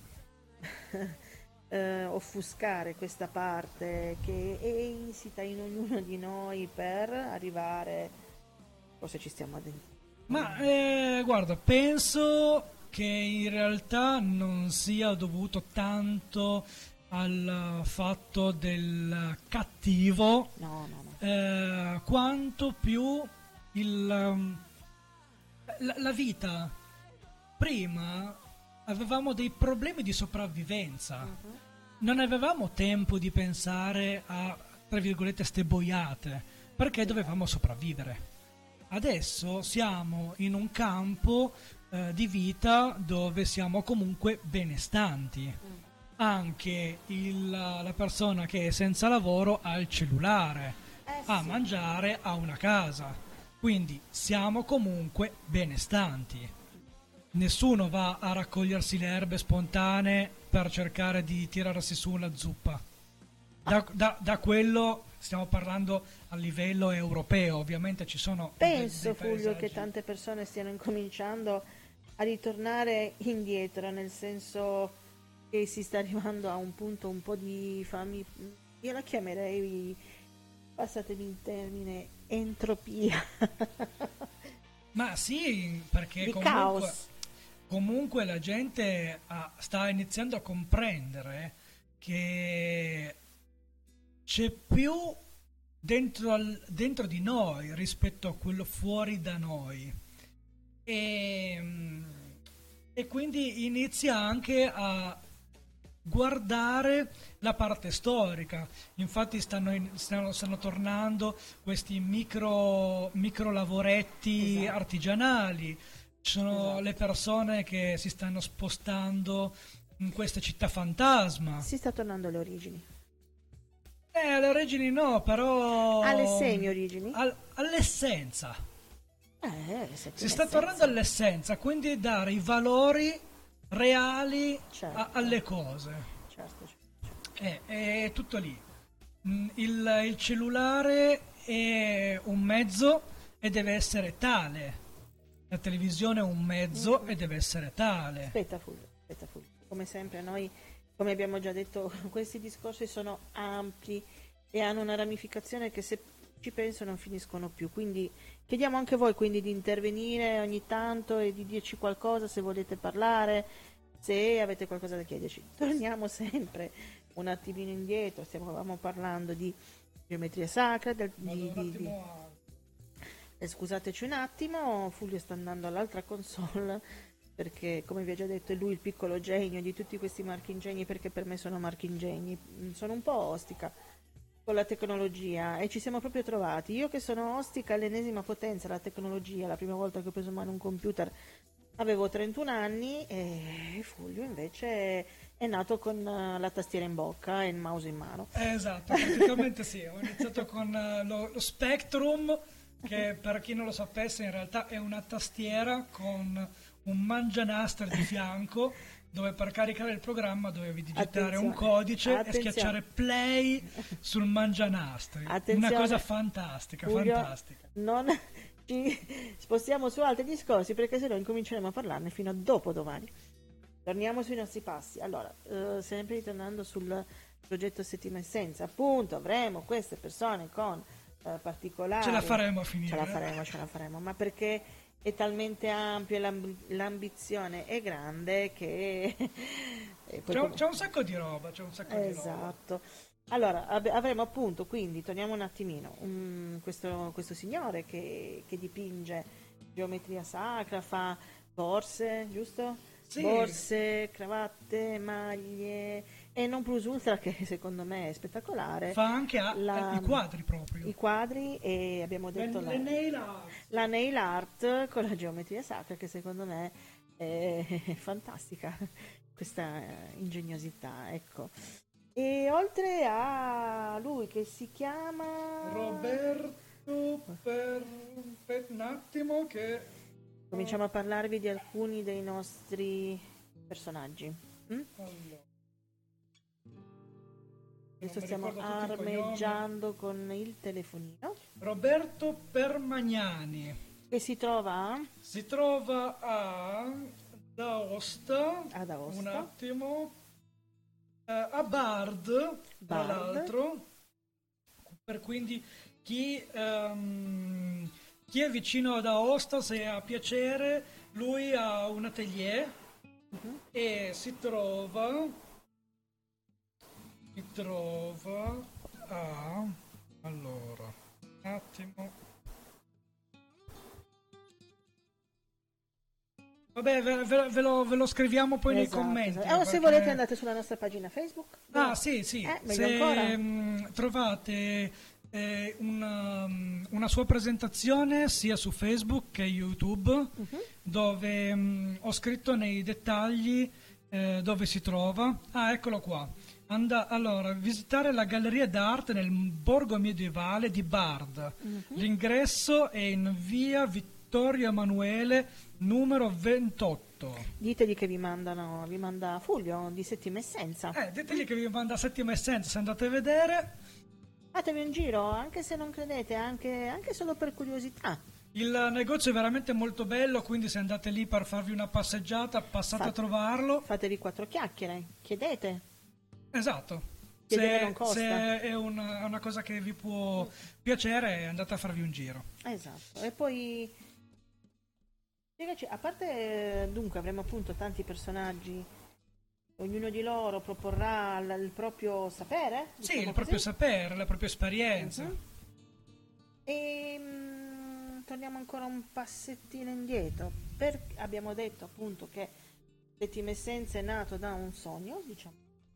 eh, offuscare questa parte che è insita in ognuno di noi per arrivare, forse ci stiamo addentrando. Ma eh, guarda, penso che in realtà non sia dovuto tanto al fatto del cattivo, No, no, no. eh, quanto più il, um, la, la vita. Prima avevamo dei problemi di sopravvivenza, Mhm. non avevamo tempo di pensare a, tra virgolette, ste boiate, perché dovevamo sopravvivere. Adesso siamo in un campo eh, di vita dove siamo comunque benestanti. Anche il- la persona che è senza lavoro ha il cellulare, Eh ha a sì. mangiare, ha una casa. Quindi siamo comunque benestanti. Nessuno va a raccogliersi le erbe spontanee per cercare di tirarsi su una zuppa. Da, da- da quello stiamo parlando a livello europeo, ovviamente ci sono dei- Penso, dei Fulvio, che paesaggi- tante persone stiano incominciando a ritornare indietro, nel senso che si sta arrivando a un punto un po' di fami... Io la chiamerei, passatemi il termine, entropia. Ma sì, perché Di comunque, caos. comunque la gente ha- sta iniziando a comprendere che c'è più dentro, al- dentro di noi rispetto a quello fuori da noi. E, mm, e quindi inizia anche a guardare la parte storica. Infatti stanno, in- stanno, stanno tornando questi micro, micro lavoretti Esatto. artigianali. Ci sono Esatto. le persone che si stanno spostando in queste città fantasma. Si sta tornando alle origini. Eh, alle origini no, però... Alle semi-origini? al- all'essenza. Eh, se Si sta tornando all'essenza, quindi dare i valori reali Certo. a- alle cose. Certo, certo. Eh, è tutto lì. Mm, Il, il cellulare è un mezzo e deve essere tale. La televisione è un mezzo Mm. e deve essere tale. Aspetta Fulvio, aspetta Fulvio. Come sempre noi, come abbiamo già detto, questi discorsi sono ampi e hanno una ramificazione che se ci penso non finiscono più. Quindi chiediamo anche voi quindi di intervenire ogni tanto e di dirci qualcosa se volete parlare, se avete qualcosa da chiederci. Torniamo sempre un attimino indietro, stavamo parlando di geometria sacra, del, Vado di, un di- di- attimo a- eh, scusateci un attimo, Fulvio sta andando all'altra console perché come vi ho già detto è lui il piccolo genio di tutti questi marchingegni, perché per me sono marchingegni. Mm, sono un po' ostica con la tecnologia e ci siamo proprio trovati. Io che sono ostica all'ennesima potenza, la tecnologia, la prima volta che ho preso in mano un computer avevo trentuno anni e Fulvio invece è nato con eh, la tastiera in bocca e il mouse in mano. Eh, esatto, praticamente sì. Ho iniziato con eh, lo, lo Spectrum, che per chi non lo sapesse in realtà è una tastiera con un mangianastre di fianco, dove per caricare il programma dovevi digitare un Attenzione, codice attenzione. e schiacciare play sul mangianastri. Attenzione, Una cosa fantastica, Fulvio, fantastica. non ci spostiamo su altri discorsi perché sennò incominceremo a parlarne fino a dopo domani. Torniamo sui nostri passi. Allora, eh, sempre ritornando sul progetto Settima Essenza, appunto avremo queste persone con eh, particolari... Ce la faremo a finire. Ce la faremo, ce la faremo, ma perché è talmente ampio e l'amb- l'ambizione è grande che... e poi C'è, un- come- c'è un sacco di roba, c'è un sacco di roba. Esatto. Allora, ab- avremo appunto, quindi torniamo un attimino, un- questo, questo signore che, che dipinge geometria sacra, fa borse, giusto? Sì. Borse, cravatte, maglie e non plus ultra che secondo me è spettacolare. Fa anche a- La- i quadri proprio. I quadri e abbiamo Le, detto la, le nail art. la nail art con la geometria sacra che secondo me è fantastica, questa ingegnosità, ecco. E oltre a lui che si chiama Roberto, per, per un attimo che... cominciamo a parlarvi di alcuni dei nostri personaggi. Mm? Allora. Adesso mi stiamo ricordo tutti i cognomi. armeggiando con il telefonino Roberto Permagnani che si trova si trova a D'Aosta, ad Aosta. un attimo, eh, a Bard, tra Bard. l'altro, per quindi chi, ehm, chi è vicino ad Aosta, se ha piacere, lui ha un atelier Mhm. e si trova si trova a allora un attimo, vabbè ve, ve- ve lo, ve lo scriviamo poi Esatto, nei commenti, esatto. Eh, o se perché- volete andate sulla nostra pagina Facebook. ah sì sì, Eh, meglio se ancora. mh, trovate eh, una, una sua presentazione sia su Facebook che YouTube, Mhm. dove mh, ho scritto nei dettagli eh, dove si trova. Ah, eccolo qua. Anda, allora, visitare la galleria d'arte nel borgo medievale di Bard. Mhm. L'ingresso è in via Vittorio Emanuele numero ventotto. Ditegli che vi mandano, vi manda Fulvio di Settima Essenza. Eh, ditegli che vi manda Settima Essenza, se andate a vedere. Fatevi un giro, anche se non credete, anche, anche solo per curiosità. Il negozio è veramente molto bello, quindi se andate lì per farvi una passeggiata, passate Fa- a trovarlo. Fatevi quattro chiacchiere, chiedete. Esatto. Chiedere Se, non costa. se è una, una cosa che vi può piacere, andate a farvi un giro. Esatto. E poi spiegaci, a parte eh, dunque avremo appunto tanti personaggi, ognuno di loro proporrà l- il proprio sapere, Sì, diciamo il proprio così. sapere, la propria esperienza. Mhm. E mm, torniamo ancora un passettino indietro. Per- abbiamo detto appunto che Settima Essenza è nato da un sogno, diciamo,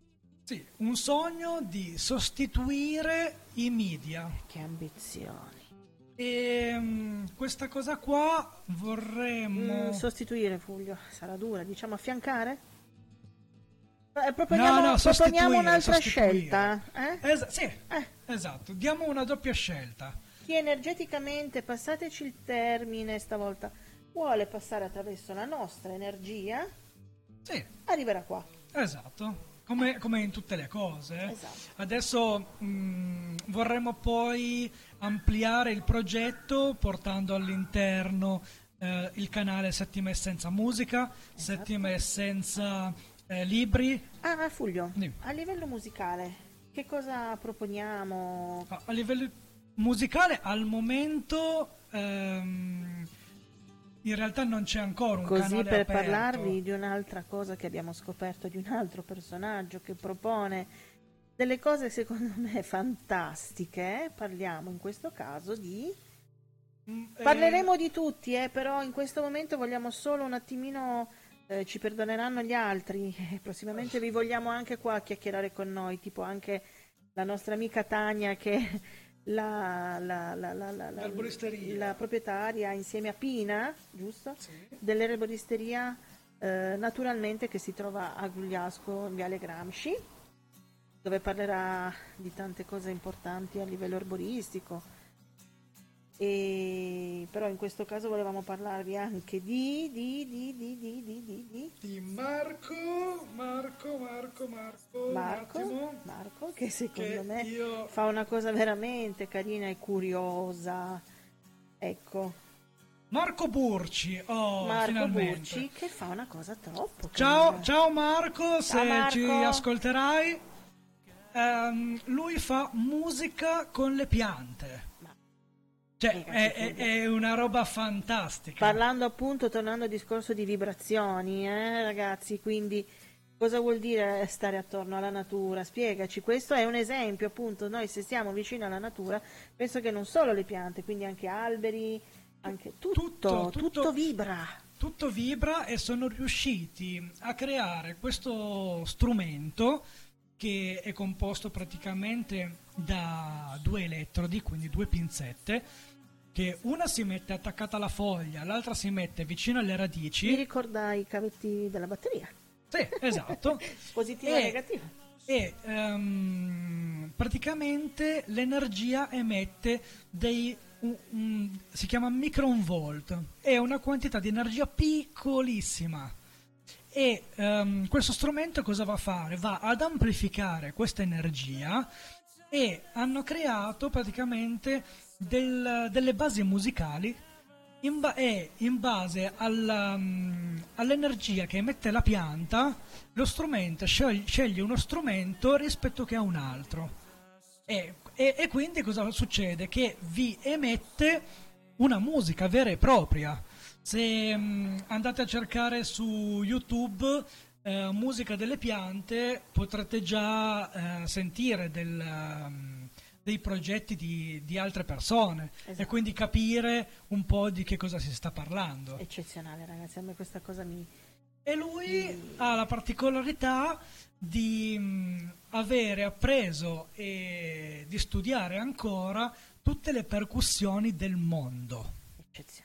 Sì, un sogno di sostituire i media. Che ambizioni. E um, questa cosa qua vorremmo... Mm, sostituire, Fulvio, sarà dura, diciamo affiancare? Eh, proponiamo, no, no, proponiamo un'altra sostituire. scelta. Eh? Es- sì, Eh. esatto, diamo una doppia scelta. Chi energeticamente, passateci il termine stavolta, vuole passare attraverso la nostra energia, Sì, arriverà qua. esatto. Come, come in tutte le cose. Esatto. Adesso mh, vorremmo poi ampliare il progetto portando all'interno eh, il canale Settima Essenza Musica, Esatto. Settima Essenza eh, Libri. Ah, Fulvio, Sì. a livello musicale, che cosa proponiamo? A, a livello musicale al momento ehm, in realtà non c'è ancora un Così canale per aperto. parlarvi di un'altra cosa che abbiamo scoperto, di un altro personaggio che propone delle cose secondo me fantastiche, eh? Parliamo in questo caso di... Mm, eh, Parleremo di tutti, eh, però in questo momento vogliamo solo un attimino, eh, ci perdoneranno gli altri, eh, prossimamente vi vogliamo anche qua chiacchierare con noi, tipo anche la nostra amica Tania che la, la, la, la, la, la, L'erboristeria. la proprietaria insieme a Pina, giusto? Sì. Dell'erboristeria eh, naturalmente che si trova a Gugliasco in Viale Gramsci, dove parlerà di tante cose importanti a livello erboristico. E però in questo caso volevamo parlarvi anche di di di di di di di, di. Di Marco, Marco, Marco, Marco, un Marco, attimo, Marco che secondo che me io- fa una cosa veramente carina e curiosa, ecco, Marco Burci, oh, Marco finalmente. Burci che fa una cosa troppo Ciao, carina. ciao Marco, se Ciao Marco. ci ascolterai. Ehm, lui fa musica con le piante. Cioè, Mica è, si è- fida. è una roba fantastica. Parlando appunto, tornando al discorso di vibrazioni, eh, ragazzi, quindi cosa vuol dire stare attorno alla natura? Spiegaci, questo è un esempio, appunto, noi se siamo vicini alla natura, penso che non solo le piante, quindi anche alberi, anche tutto, Tutto, tutto, tutto- vibra. Tutto vibra e sono riusciti a creare questo strumento che è composto praticamente da due elettrodi, quindi due pinzette, che una si mette attaccata alla foglia, l'altra si mette vicino alle Mi radici. ricorda i cavetti della batteria, Sì, esatto. positiva E- e negativa. E ehm, praticamente l'energia emette dei un- un- si chiama microvolt, è una quantità di energia piccolissima. E ehm, questo strumento cosa va a fare? Va ad amplificare questa energia e hanno creato praticamente del- delle basi musicali in ba- e in base alla, mm, all'energia che emette la pianta, lo strumento sceglie, sceglie uno strumento rispetto che a un altro. E, e- e quindi cosa succede? Che vi emette una musica vera e propria. Se mm, andate a cercare su YouTube eh, musica delle piante, potrete già eh, sentire del, um, dei progetti di, di altre persone e Esatto. quindi capire un po' di che cosa si sta parlando. Eccezionale, ragazzi, a me questa cosa mi... E lui ha la particolarità di mh, avere appreso e di studiare ancora tutte le percussioni del mondo. eccezionale.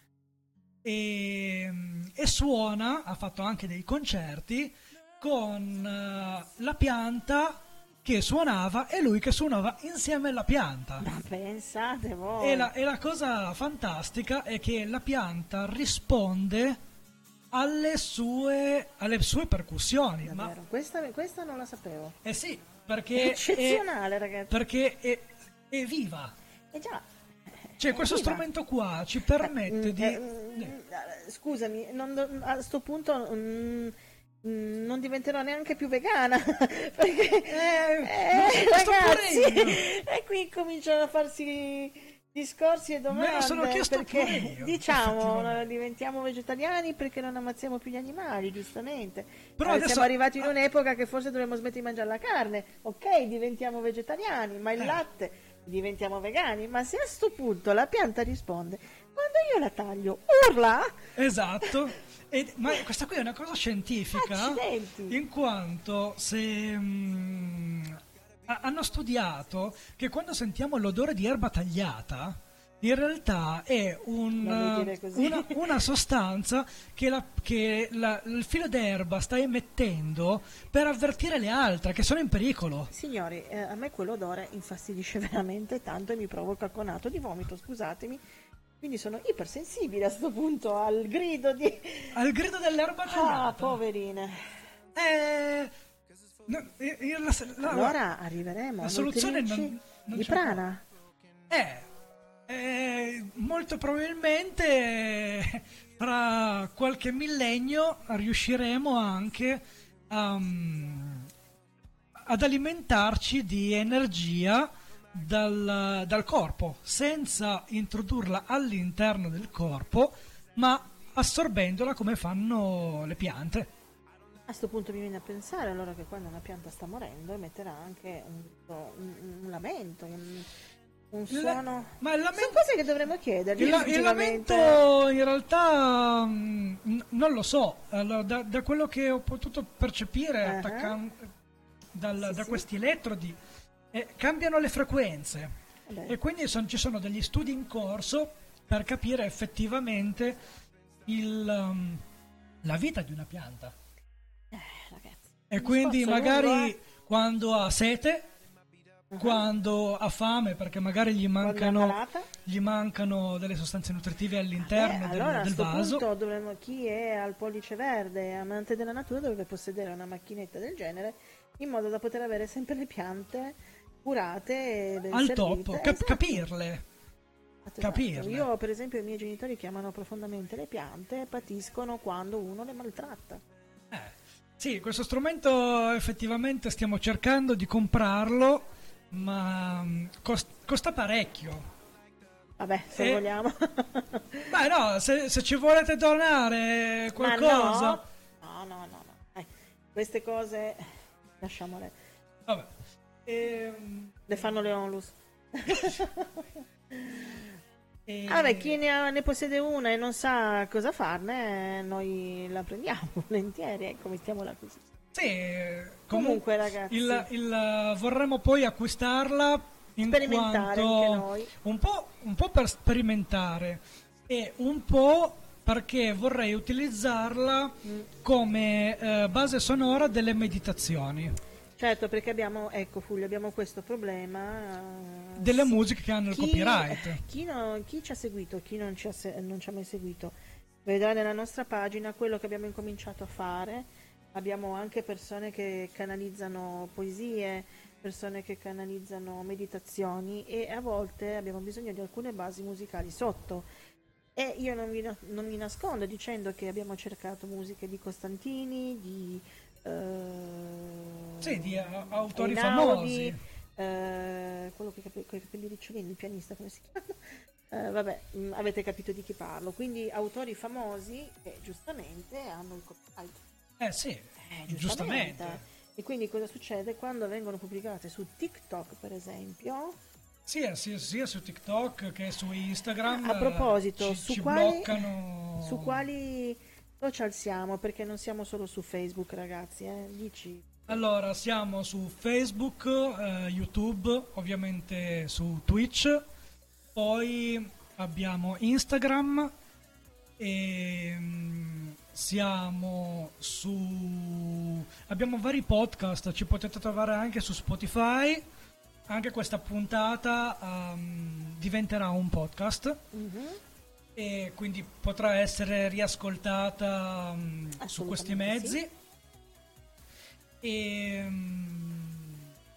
E, mh, e suona, ha fatto anche dei concerti con eh, la pianta che suonava e lui che suonava insieme alla pianta. Ma pensate voi... E la, e la cosa fantastica è che la pianta risponde alle sue, alle sue percussioni. Ma, Davvero, questa, questa non la sapevo. eh sì, perché Eccezionale, è, ragazzi. perché è, è viva. Eh già. Cioè È questo viva. strumento qua ci permette Mm, di... eh, mm, eh, scusami, non do- a sto punto mm, mm, non diventerò neanche più vegana perché Eh, eh, me lo sono chiesto ragazzi, pure io. e qui cominciano a farsi discorsi e domande Me lo sono chiesto perché pure io, diciamo effettivamente. eh, diventiamo vegetariani perché non ammazziamo più gli animali, giustamente. Però Eh, adesso- siamo arrivati in un'epoca che forse dovremmo smettere di mangiare la carne, ok, diventiamo vegetariani, ma il Eh. latte diventiamo vegani. Ma se a sto punto la pianta risponde, quando io la taglio, urla? Esatto. E, ma questa qui è una cosa scientifica, Accidenti. in quanto se mh, ha- hanno studiato che quando sentiamo l'odore di erba tagliata, in realtà è un, Non mi dire così. una, una sostanza che, la- che la- il filo d'erba sta emettendo per avvertire le altre che sono in pericolo. Signori, eh, a me quell'odore infastidisce veramente tanto e mi provoca conato di vomito, scusatemi. Quindi sono ipersensibile a sto punto al grido di... Al grido dell'erba Ah, tagliata. poverine. Eh, no, io- io la, la- Allora arriveremo la a soluzione nutrici non, non di c'è prana. Eh, eh, molto probabilmente eh, fra qualche millennio riusciremo anche a, mm, ad alimentarci di energia dal, dal corpo, senza introdurla all'interno del corpo, ma assorbendola come fanno le piante. A sto punto mi viene a pensare allora che quando una pianta sta morendo emetterà anche un, un- un lamento, un, un Il- suono. ma il Sono lamento, cose che dovremmo chiedergli. il, il effettivamente. lamento in realtà mm, n- non lo so. Allora, da, da quello che ho potuto percepire Uh-huh. attaccan- dal- Sì, da sì. questi elettrodi, eh, cambiano le frequenze Vabbè. e quindi son- ci sono degli studi in corso per capire effettivamente il, um, la vita di una pianta. Eh, ragazzi. E Un quindi discorso magari lungo, eh. quando ha sete, Uh-huh. quando ha fame, perché magari gli Quando è mancano, ammalata. gli mancano delle sostanze nutritive Eh, all'interno del, allora del a sto vaso. punto dovremmo, chi è al pollice verde, amante della natura, dovrebbe possedere una macchinetta del genere in modo da poter avere sempre le piante curate e ben Al servite. top, cap- Esatto. capirle. Esatto. capirle. Io per esempio i miei genitori che amano profondamente le piante patiscono quando uno le maltratta. Eh, sì, questo strumento effettivamente stiamo cercando di comprarlo, ma mm, cost- costa parecchio. Vabbè, se Eh, vogliamo. Beh no, se, se ci volete donare qualcosa... Ma no, no, no, no. no. Eh, queste cose lasciamole. Vabbè. Ehm, Le fanno le onlus. e- Ah, beh, chi ne, ha- ne possiede una e non sa cosa farne, eh, noi la prendiamo volentieri, ecco, mettiamola così. Sì, eh, Comunque, comunque ragazzi. il, il- vorremmo poi acquistarla in Sperimentare quanto anche noi. Un po', un po' per sperimentare e un po' perché vorrei utilizzarla Mm. come eh, base sonora delle meditazioni, Certo, perché abbiamo, ecco Fulvio, abbiamo questo problema. eh, delle sì. musiche che hanno il copyright. Chi, no- chi ci ha seguito, chi non ci ha, se- non ci ha mai seguito, vedrà nella nostra pagina quello che abbiamo incominciato a fare. Abbiamo anche persone che canalizzano poesie, persone che canalizzano meditazioni e a volte abbiamo bisogno di alcune basi musicali sotto. E io non vi, na- non mi nascondo dicendo che abbiamo cercato musiche di Costantini, di... eh, Sì, di a- autori Einaudi, famosi. eh, quello con i capelli ricciolini, il pianista, come si chiama? Eh, vabbè, mh, avete capito di chi parlo. Quindi autori famosi che giustamente hanno il copyright. Eh sì, Eh, giustamente. E quindi cosa succede quando vengono pubblicate su TikTok, per esempio? Sia, sia, sia su TikTok che su Instagram. A proposito, ci, su ci quali- bloccano. Su quali social siamo? Perché non siamo solo su Facebook, ragazzi, eh? Dici. Allora, siamo su Facebook, eh, YouTube, ovviamente su Twitch, poi abbiamo Instagram e mm, siamo su... abbiamo vari podcast, ci potete trovare anche su Spotify, anche questa puntata ehm, diventerà un podcast Mhm. e quindi potrà essere riascoltata mm, su questi Assolutamente mezzi. sì. E, mm,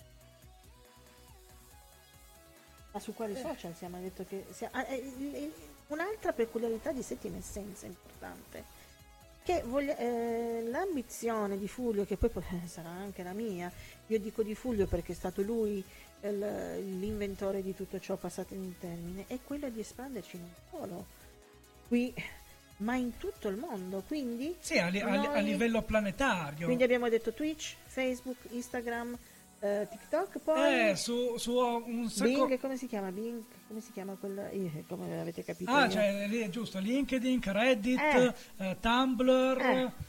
Ma su quali social siamo? Hai detto che sia- ah, eh, il- il- un'altra peculiarità di Settima Essenza importante, che voglia- eh, l'ambizione di Fulvio, che poi po- eh, sarà anche la mia, io dico di Fulvio perché è stato lui il- l'inventore di tutto ciò, passato in termine, è quella di espanderci non solo qui, ma in tutto il mondo. Quindi sì, a, li- a li- a noi- livello planetario. quindi abbiamo detto Twitch, Facebook, Instagram, eh, TikTok, poi Eh, su, su un sacco... Bing, come si chiama? Bing, come si chiama quella? eh, come avete capito Ah, io. cioè, lì è giusto, LinkedIn, Eh, Reddit, eh, eh, Tumblr,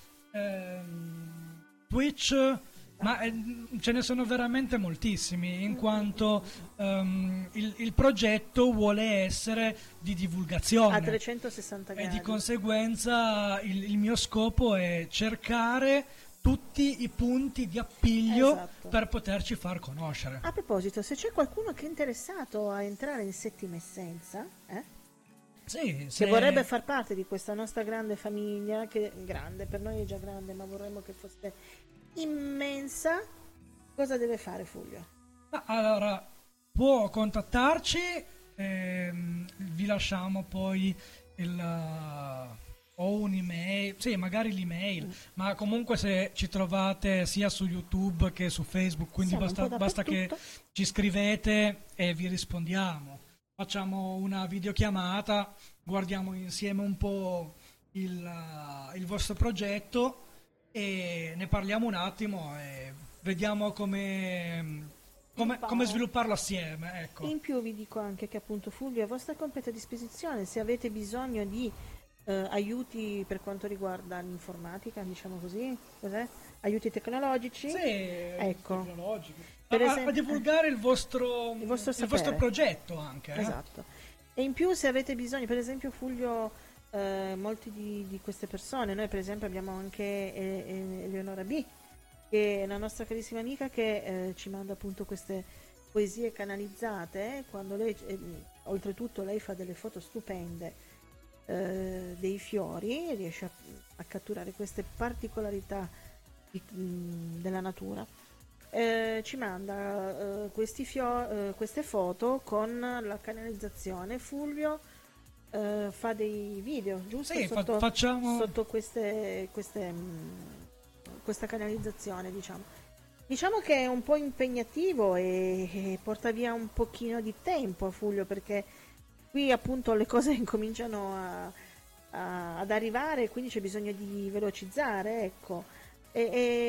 ehm, Twitch, ma esatto. eh, ce ne sono veramente moltissimi, Mm, in mm, mm, quanto mm. ehm, il, il progetto vuole essere di A divulgazione trecentosessanta e di gradi. conseguenza il, il mio scopo è cercare tutti i punti di appiglio Esatto. per poterci far conoscere. A proposito, se c'è qualcuno che è interessato a entrare in Settima Essenza, eh, Sì, che vorrebbe se... far parte di questa nostra grande famiglia, che grande, per noi è già grande, ma vorremmo che fosse immensa, cosa deve fare Fulvio? Ma allora, può contattarci, ehm, vi lasciamo poi il, eh, o un'email, sì, magari l'email, ma comunque se ci trovate sia su YouTube che su Facebook, quindi Siamo un po' basta, basta che dappertutto. ci scrivete e vi rispondiamo. Facciamo una videochiamata, guardiamo insieme un po' il, eh, il vostro progetto e ne parliamo un attimo e vediamo come, come, come Sviluppare. svilupparlo assieme, ecco. In più vi dico anche che appunto Fulvio è a vostra completa disposizione se avete bisogno di eh, aiuti per quanto riguarda l'informatica, diciamo così, cos'è? Aiuti tecnologici, Sì, ecco, tecnologico. A, per a- a esempio, divulgare il vostro, il vostro il vostro sapere. progetto anche, eh? Esatto. E in più se avete bisogno, per esempio Fulvio, eh, molti di, di queste persone, noi per esempio abbiamo anche eh, eh, Eleonora B, che è una nostra carissima amica che eh, ci manda appunto queste poesie canalizzate, eh, quando lei, eh, oltretutto lei fa delle foto stupende eh, dei fiori, riesce a, a catturare queste particolarità di- mh, della natura. Eh, ci manda eh, questi fio- eh, queste foto con la canalizzazione. Fulvio eh, fa dei video, giusto? Sì, fa- Sotto, facciamo... sotto queste, queste, mh, questa canalizzazione, diciamo. Diciamo che è un po' impegnativo e, e porta via un pochino di tempo a Fulvio perché qui appunto le cose incominciano a, a- ad arrivare, quindi c'è bisogno di velocizzare, ecco. E,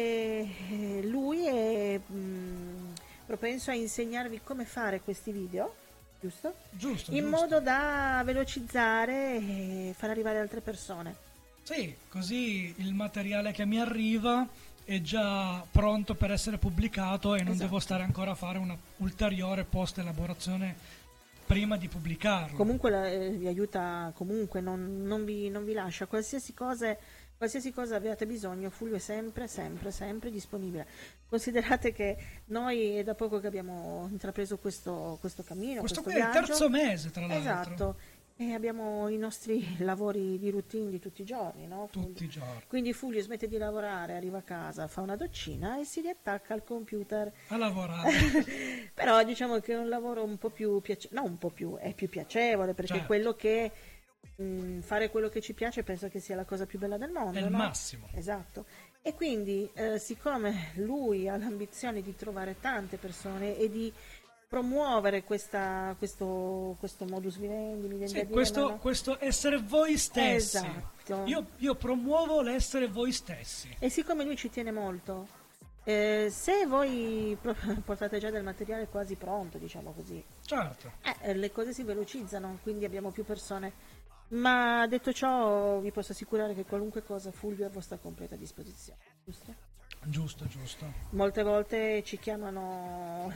e lui è mh, propenso a insegnarvi come fare questi video, giusto? Giusto, In giusto. modo da velocizzare e far arrivare altre persone. Sì, così il materiale che mi arriva è già pronto per essere pubblicato e non devo Esatto. stare ancora a fare una ulteriore post-elaborazione prima di pubblicarlo. Comunque la- eh, vi aiuta, comunque non, non vi, non vi lascia. Qualsiasi cosa, qualsiasi cosa abbiate bisogno, Fulvio è sempre, sempre, sempre disponibile. Considerate che noi è da poco che abbiamo intrapreso questo, questo cammino, Questo questo qui è il viaggio. terzo mese, tra l'altro. Esatto. E abbiamo i nostri lavori di routine di tutti i giorni, no? Fulvio? Tutti i giorni. Quindi Fulvio smette di lavorare, arriva a casa, fa una doccina e si riattacca al computer. A lavorare. Però diciamo che è un lavoro un po' più piacevole, no un po' più, è più piacevole perché Certo. quello che mh, fare quello che ci piace penso che sia la cosa più bella del mondo, È il no? massimo. Esatto. E quindi eh, siccome lui ha l'ambizione di trovare tante persone e di promuovere questa, questo, questo modus vivendi, mi viene da Sì, dire, questo, no? questo essere voi stessi. Esatto. Io, io promuovo l'essere voi stessi. E siccome lui ci tiene molto, eh, se voi pro- portate già del materiale quasi pronto, diciamo così, Certo. eh, le cose si velocizzano, quindi abbiamo più persone. Ma detto ciò, vi posso assicurare che qualunque cosa Fulvio è a vostra completa disposizione, giusto? Giusto, giusto. Molte volte ci chiamano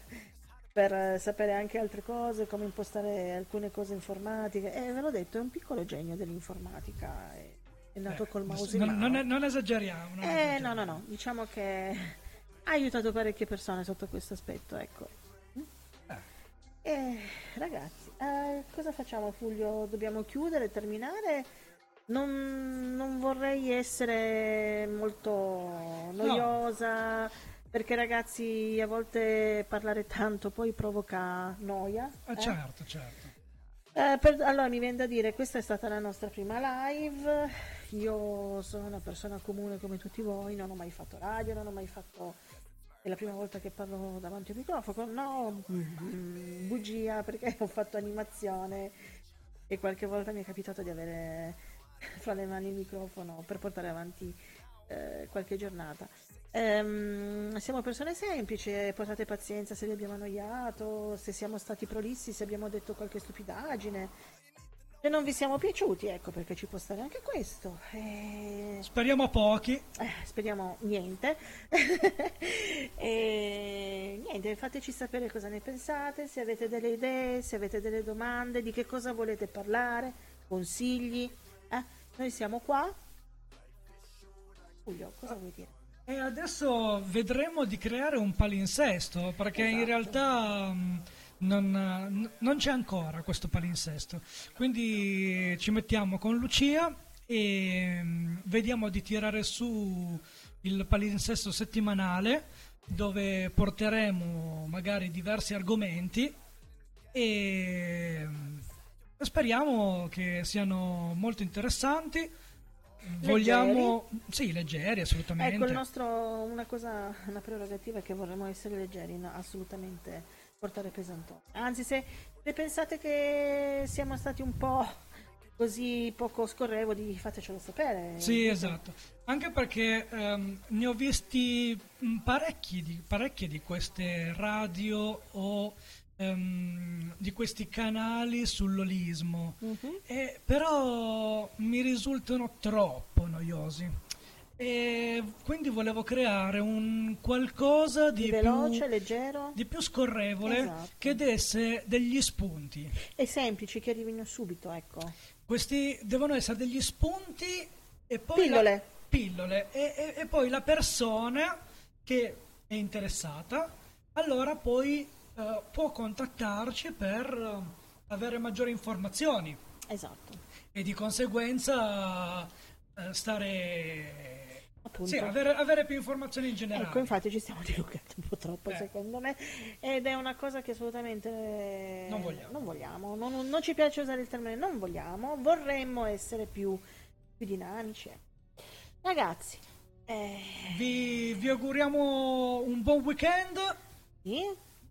per sapere anche altre cose, come impostare alcune cose informatiche. E ve l'ho detto, è un piccolo genio dell'informatica, è, è nato Eh, col mouse in non, mano. non- non esageriamo. Non Eh, esageriamo. no, no, no, diciamo che ha aiutato parecchie persone sotto questo aspetto, ecco. Eh, E ragazzi, eh, cosa facciamo Fulvio? Dobbiamo chiudere, terminare? Non, non vorrei essere molto noiosa, perché ragazzi a volte parlare tanto poi provoca noia. eh, eh? certo, certo. Eh, per- allora mi viene da dire, questa è stata la nostra prima live, io sono una persona comune come tutti voi, non ho mai fatto radio, non ho mai fatto, è la prima volta che parlo davanti a un microfono, no, mm, bugia perché ho fatto animazione e qualche volta mi è capitato di avere fra le mani il microfono per portare avanti eh, qualche giornata. Ehm, siamo persone semplici, eh, portate pazienza se vi abbiamo annoiato, se siamo stati prolissi, se abbiamo detto qualche stupidaggine, se non vi siamo piaciuti, ecco, perché ci può stare anche questo. Eh, Speriamo a pochi. eh, speriamo niente. E niente, fateci sapere cosa ne pensate, se avete delle idee, se avete delle domande, di che cosa volete parlare, consigli. Eh? Noi siamo qua. Giulio, cosa vuoi dire? E adesso vedremo di creare un palinsesto, perché in Esatto. realtà mh, non, non c'è ancora questo palinsesto. Quindi ci mettiamo con Lucia e mh, vediamo di tirare su il palinsesto settimanale, dove porteremo magari diversi argomenti e mh, speriamo che siano molto interessanti. Vogliamo, sì, leggeri, assolutamente. Ecco, il nostro, una cosa, una prerogativa è che vorremmo essere leggeri, no, assolutamente portare pesantoni. Anzi, se, se pensate che siamo stati un po' così poco scorrevoli, fatecelo sapere. Sì, esatto. Anche perché ehm, ne ho visti mh, parecchi di, parecchie di queste radio o ehm, di questi canali sull'olismo, Mhm. e, però mi risultano troppo noiosi. E quindi volevo creare un qualcosa di, Di più, veloce, leggero di più scorrevole, Esatto. che desse degli spunti. e semplici, che arrivino subito, ecco. Questi devono essere degli spunti e poi Pillole. la, pillole e, e- e poi la persona che è interessata allora poi eh, può contattarci per eh, avere maggiori informazioni Esatto, e di conseguenza eh, stare appunto. sì, avere, avere più informazioni in generale. Ecco, infatti ci stiamo dilungando un po' troppo, Eh. secondo me, ed è una cosa che assolutamente eh, Non vogliamo. non, vogliamo. Non, non ci piace usare il termine non vogliamo, vorremmo essere più, più dinamici. Ragazzi, eh, vi, vi auguriamo un buon weekend sì?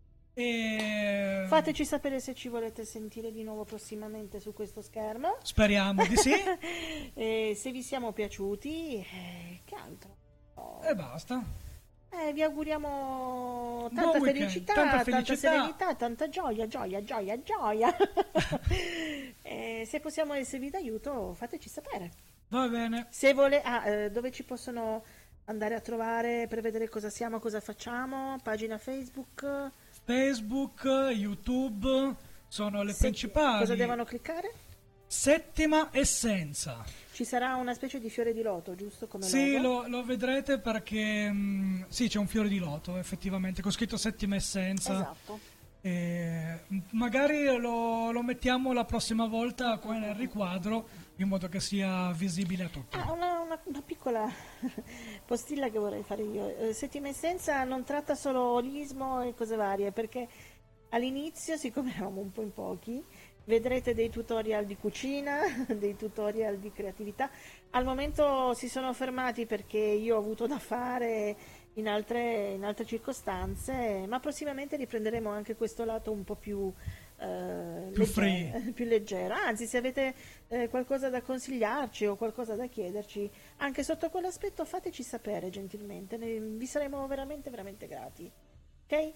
e Fateci sapere se ci volete sentire di nuovo prossimamente su questo schermo. speriamo di sì. E se vi siamo piaciuti, eh, che altro? Oh, E basta. eh, vi auguriamo tanta Buon weekend, felicità, tanta tanta, felicità. serenità, tanta gioia, gioia, gioia, gioia. Eh, se possiamo esservi d'aiuto, fateci sapere. Va bene. Se vole- ah, eh, dove ci possono andare a trovare per vedere cosa siamo, cosa facciamo? Pagina Facebook? Facebook, YouTube sono le Se- principali. Cosa devono cliccare? Settima essenza. Ci sarà una specie di fiore di loto, giusto? Come Sì, logo? lo, lo vedrete perché mm, sì, c'è un fiore di loto effettivamente con scritto settima essenza. Esatto. E, mm, magari lo, lo mettiamo la prossima volta qua nel riquadro in modo che sia visibile a tutti. Ah, una, una- una piccola postilla che vorrei fare io. Eh, Settima Essenza non tratta solo olismo e cose varie, perché all'inizio, siccome eravamo un po' in pochi, vedrete dei tutorial di cucina, dei tutorial di creatività. Al momento si sono fermati perché io ho avuto da fare in altre, in altre circostanze, ma prossimamente riprenderemo anche questo lato un po' più, eh, Più leggero, free. più leggero. Anzi, se avete eh, qualcosa da consigliarci o qualcosa da chiederci, anche sotto quell'aspetto, fateci sapere gentilmente, ne- vi saremo veramente, veramente grati. Ok?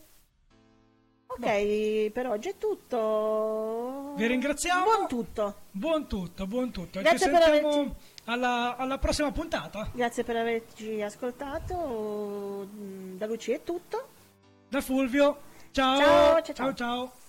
Ok, per oggi è tutto. Vi ringraziamo. Buon tutto. Buon tutto, buon tutto. E Grazie ci per sentiamo averci- alla, alla prossima puntata. Grazie per averci ascoltato. Da Lucia è tutto. Da Fulvio. Ciao. Ciao, ciao, ciao. Ciao, ciao.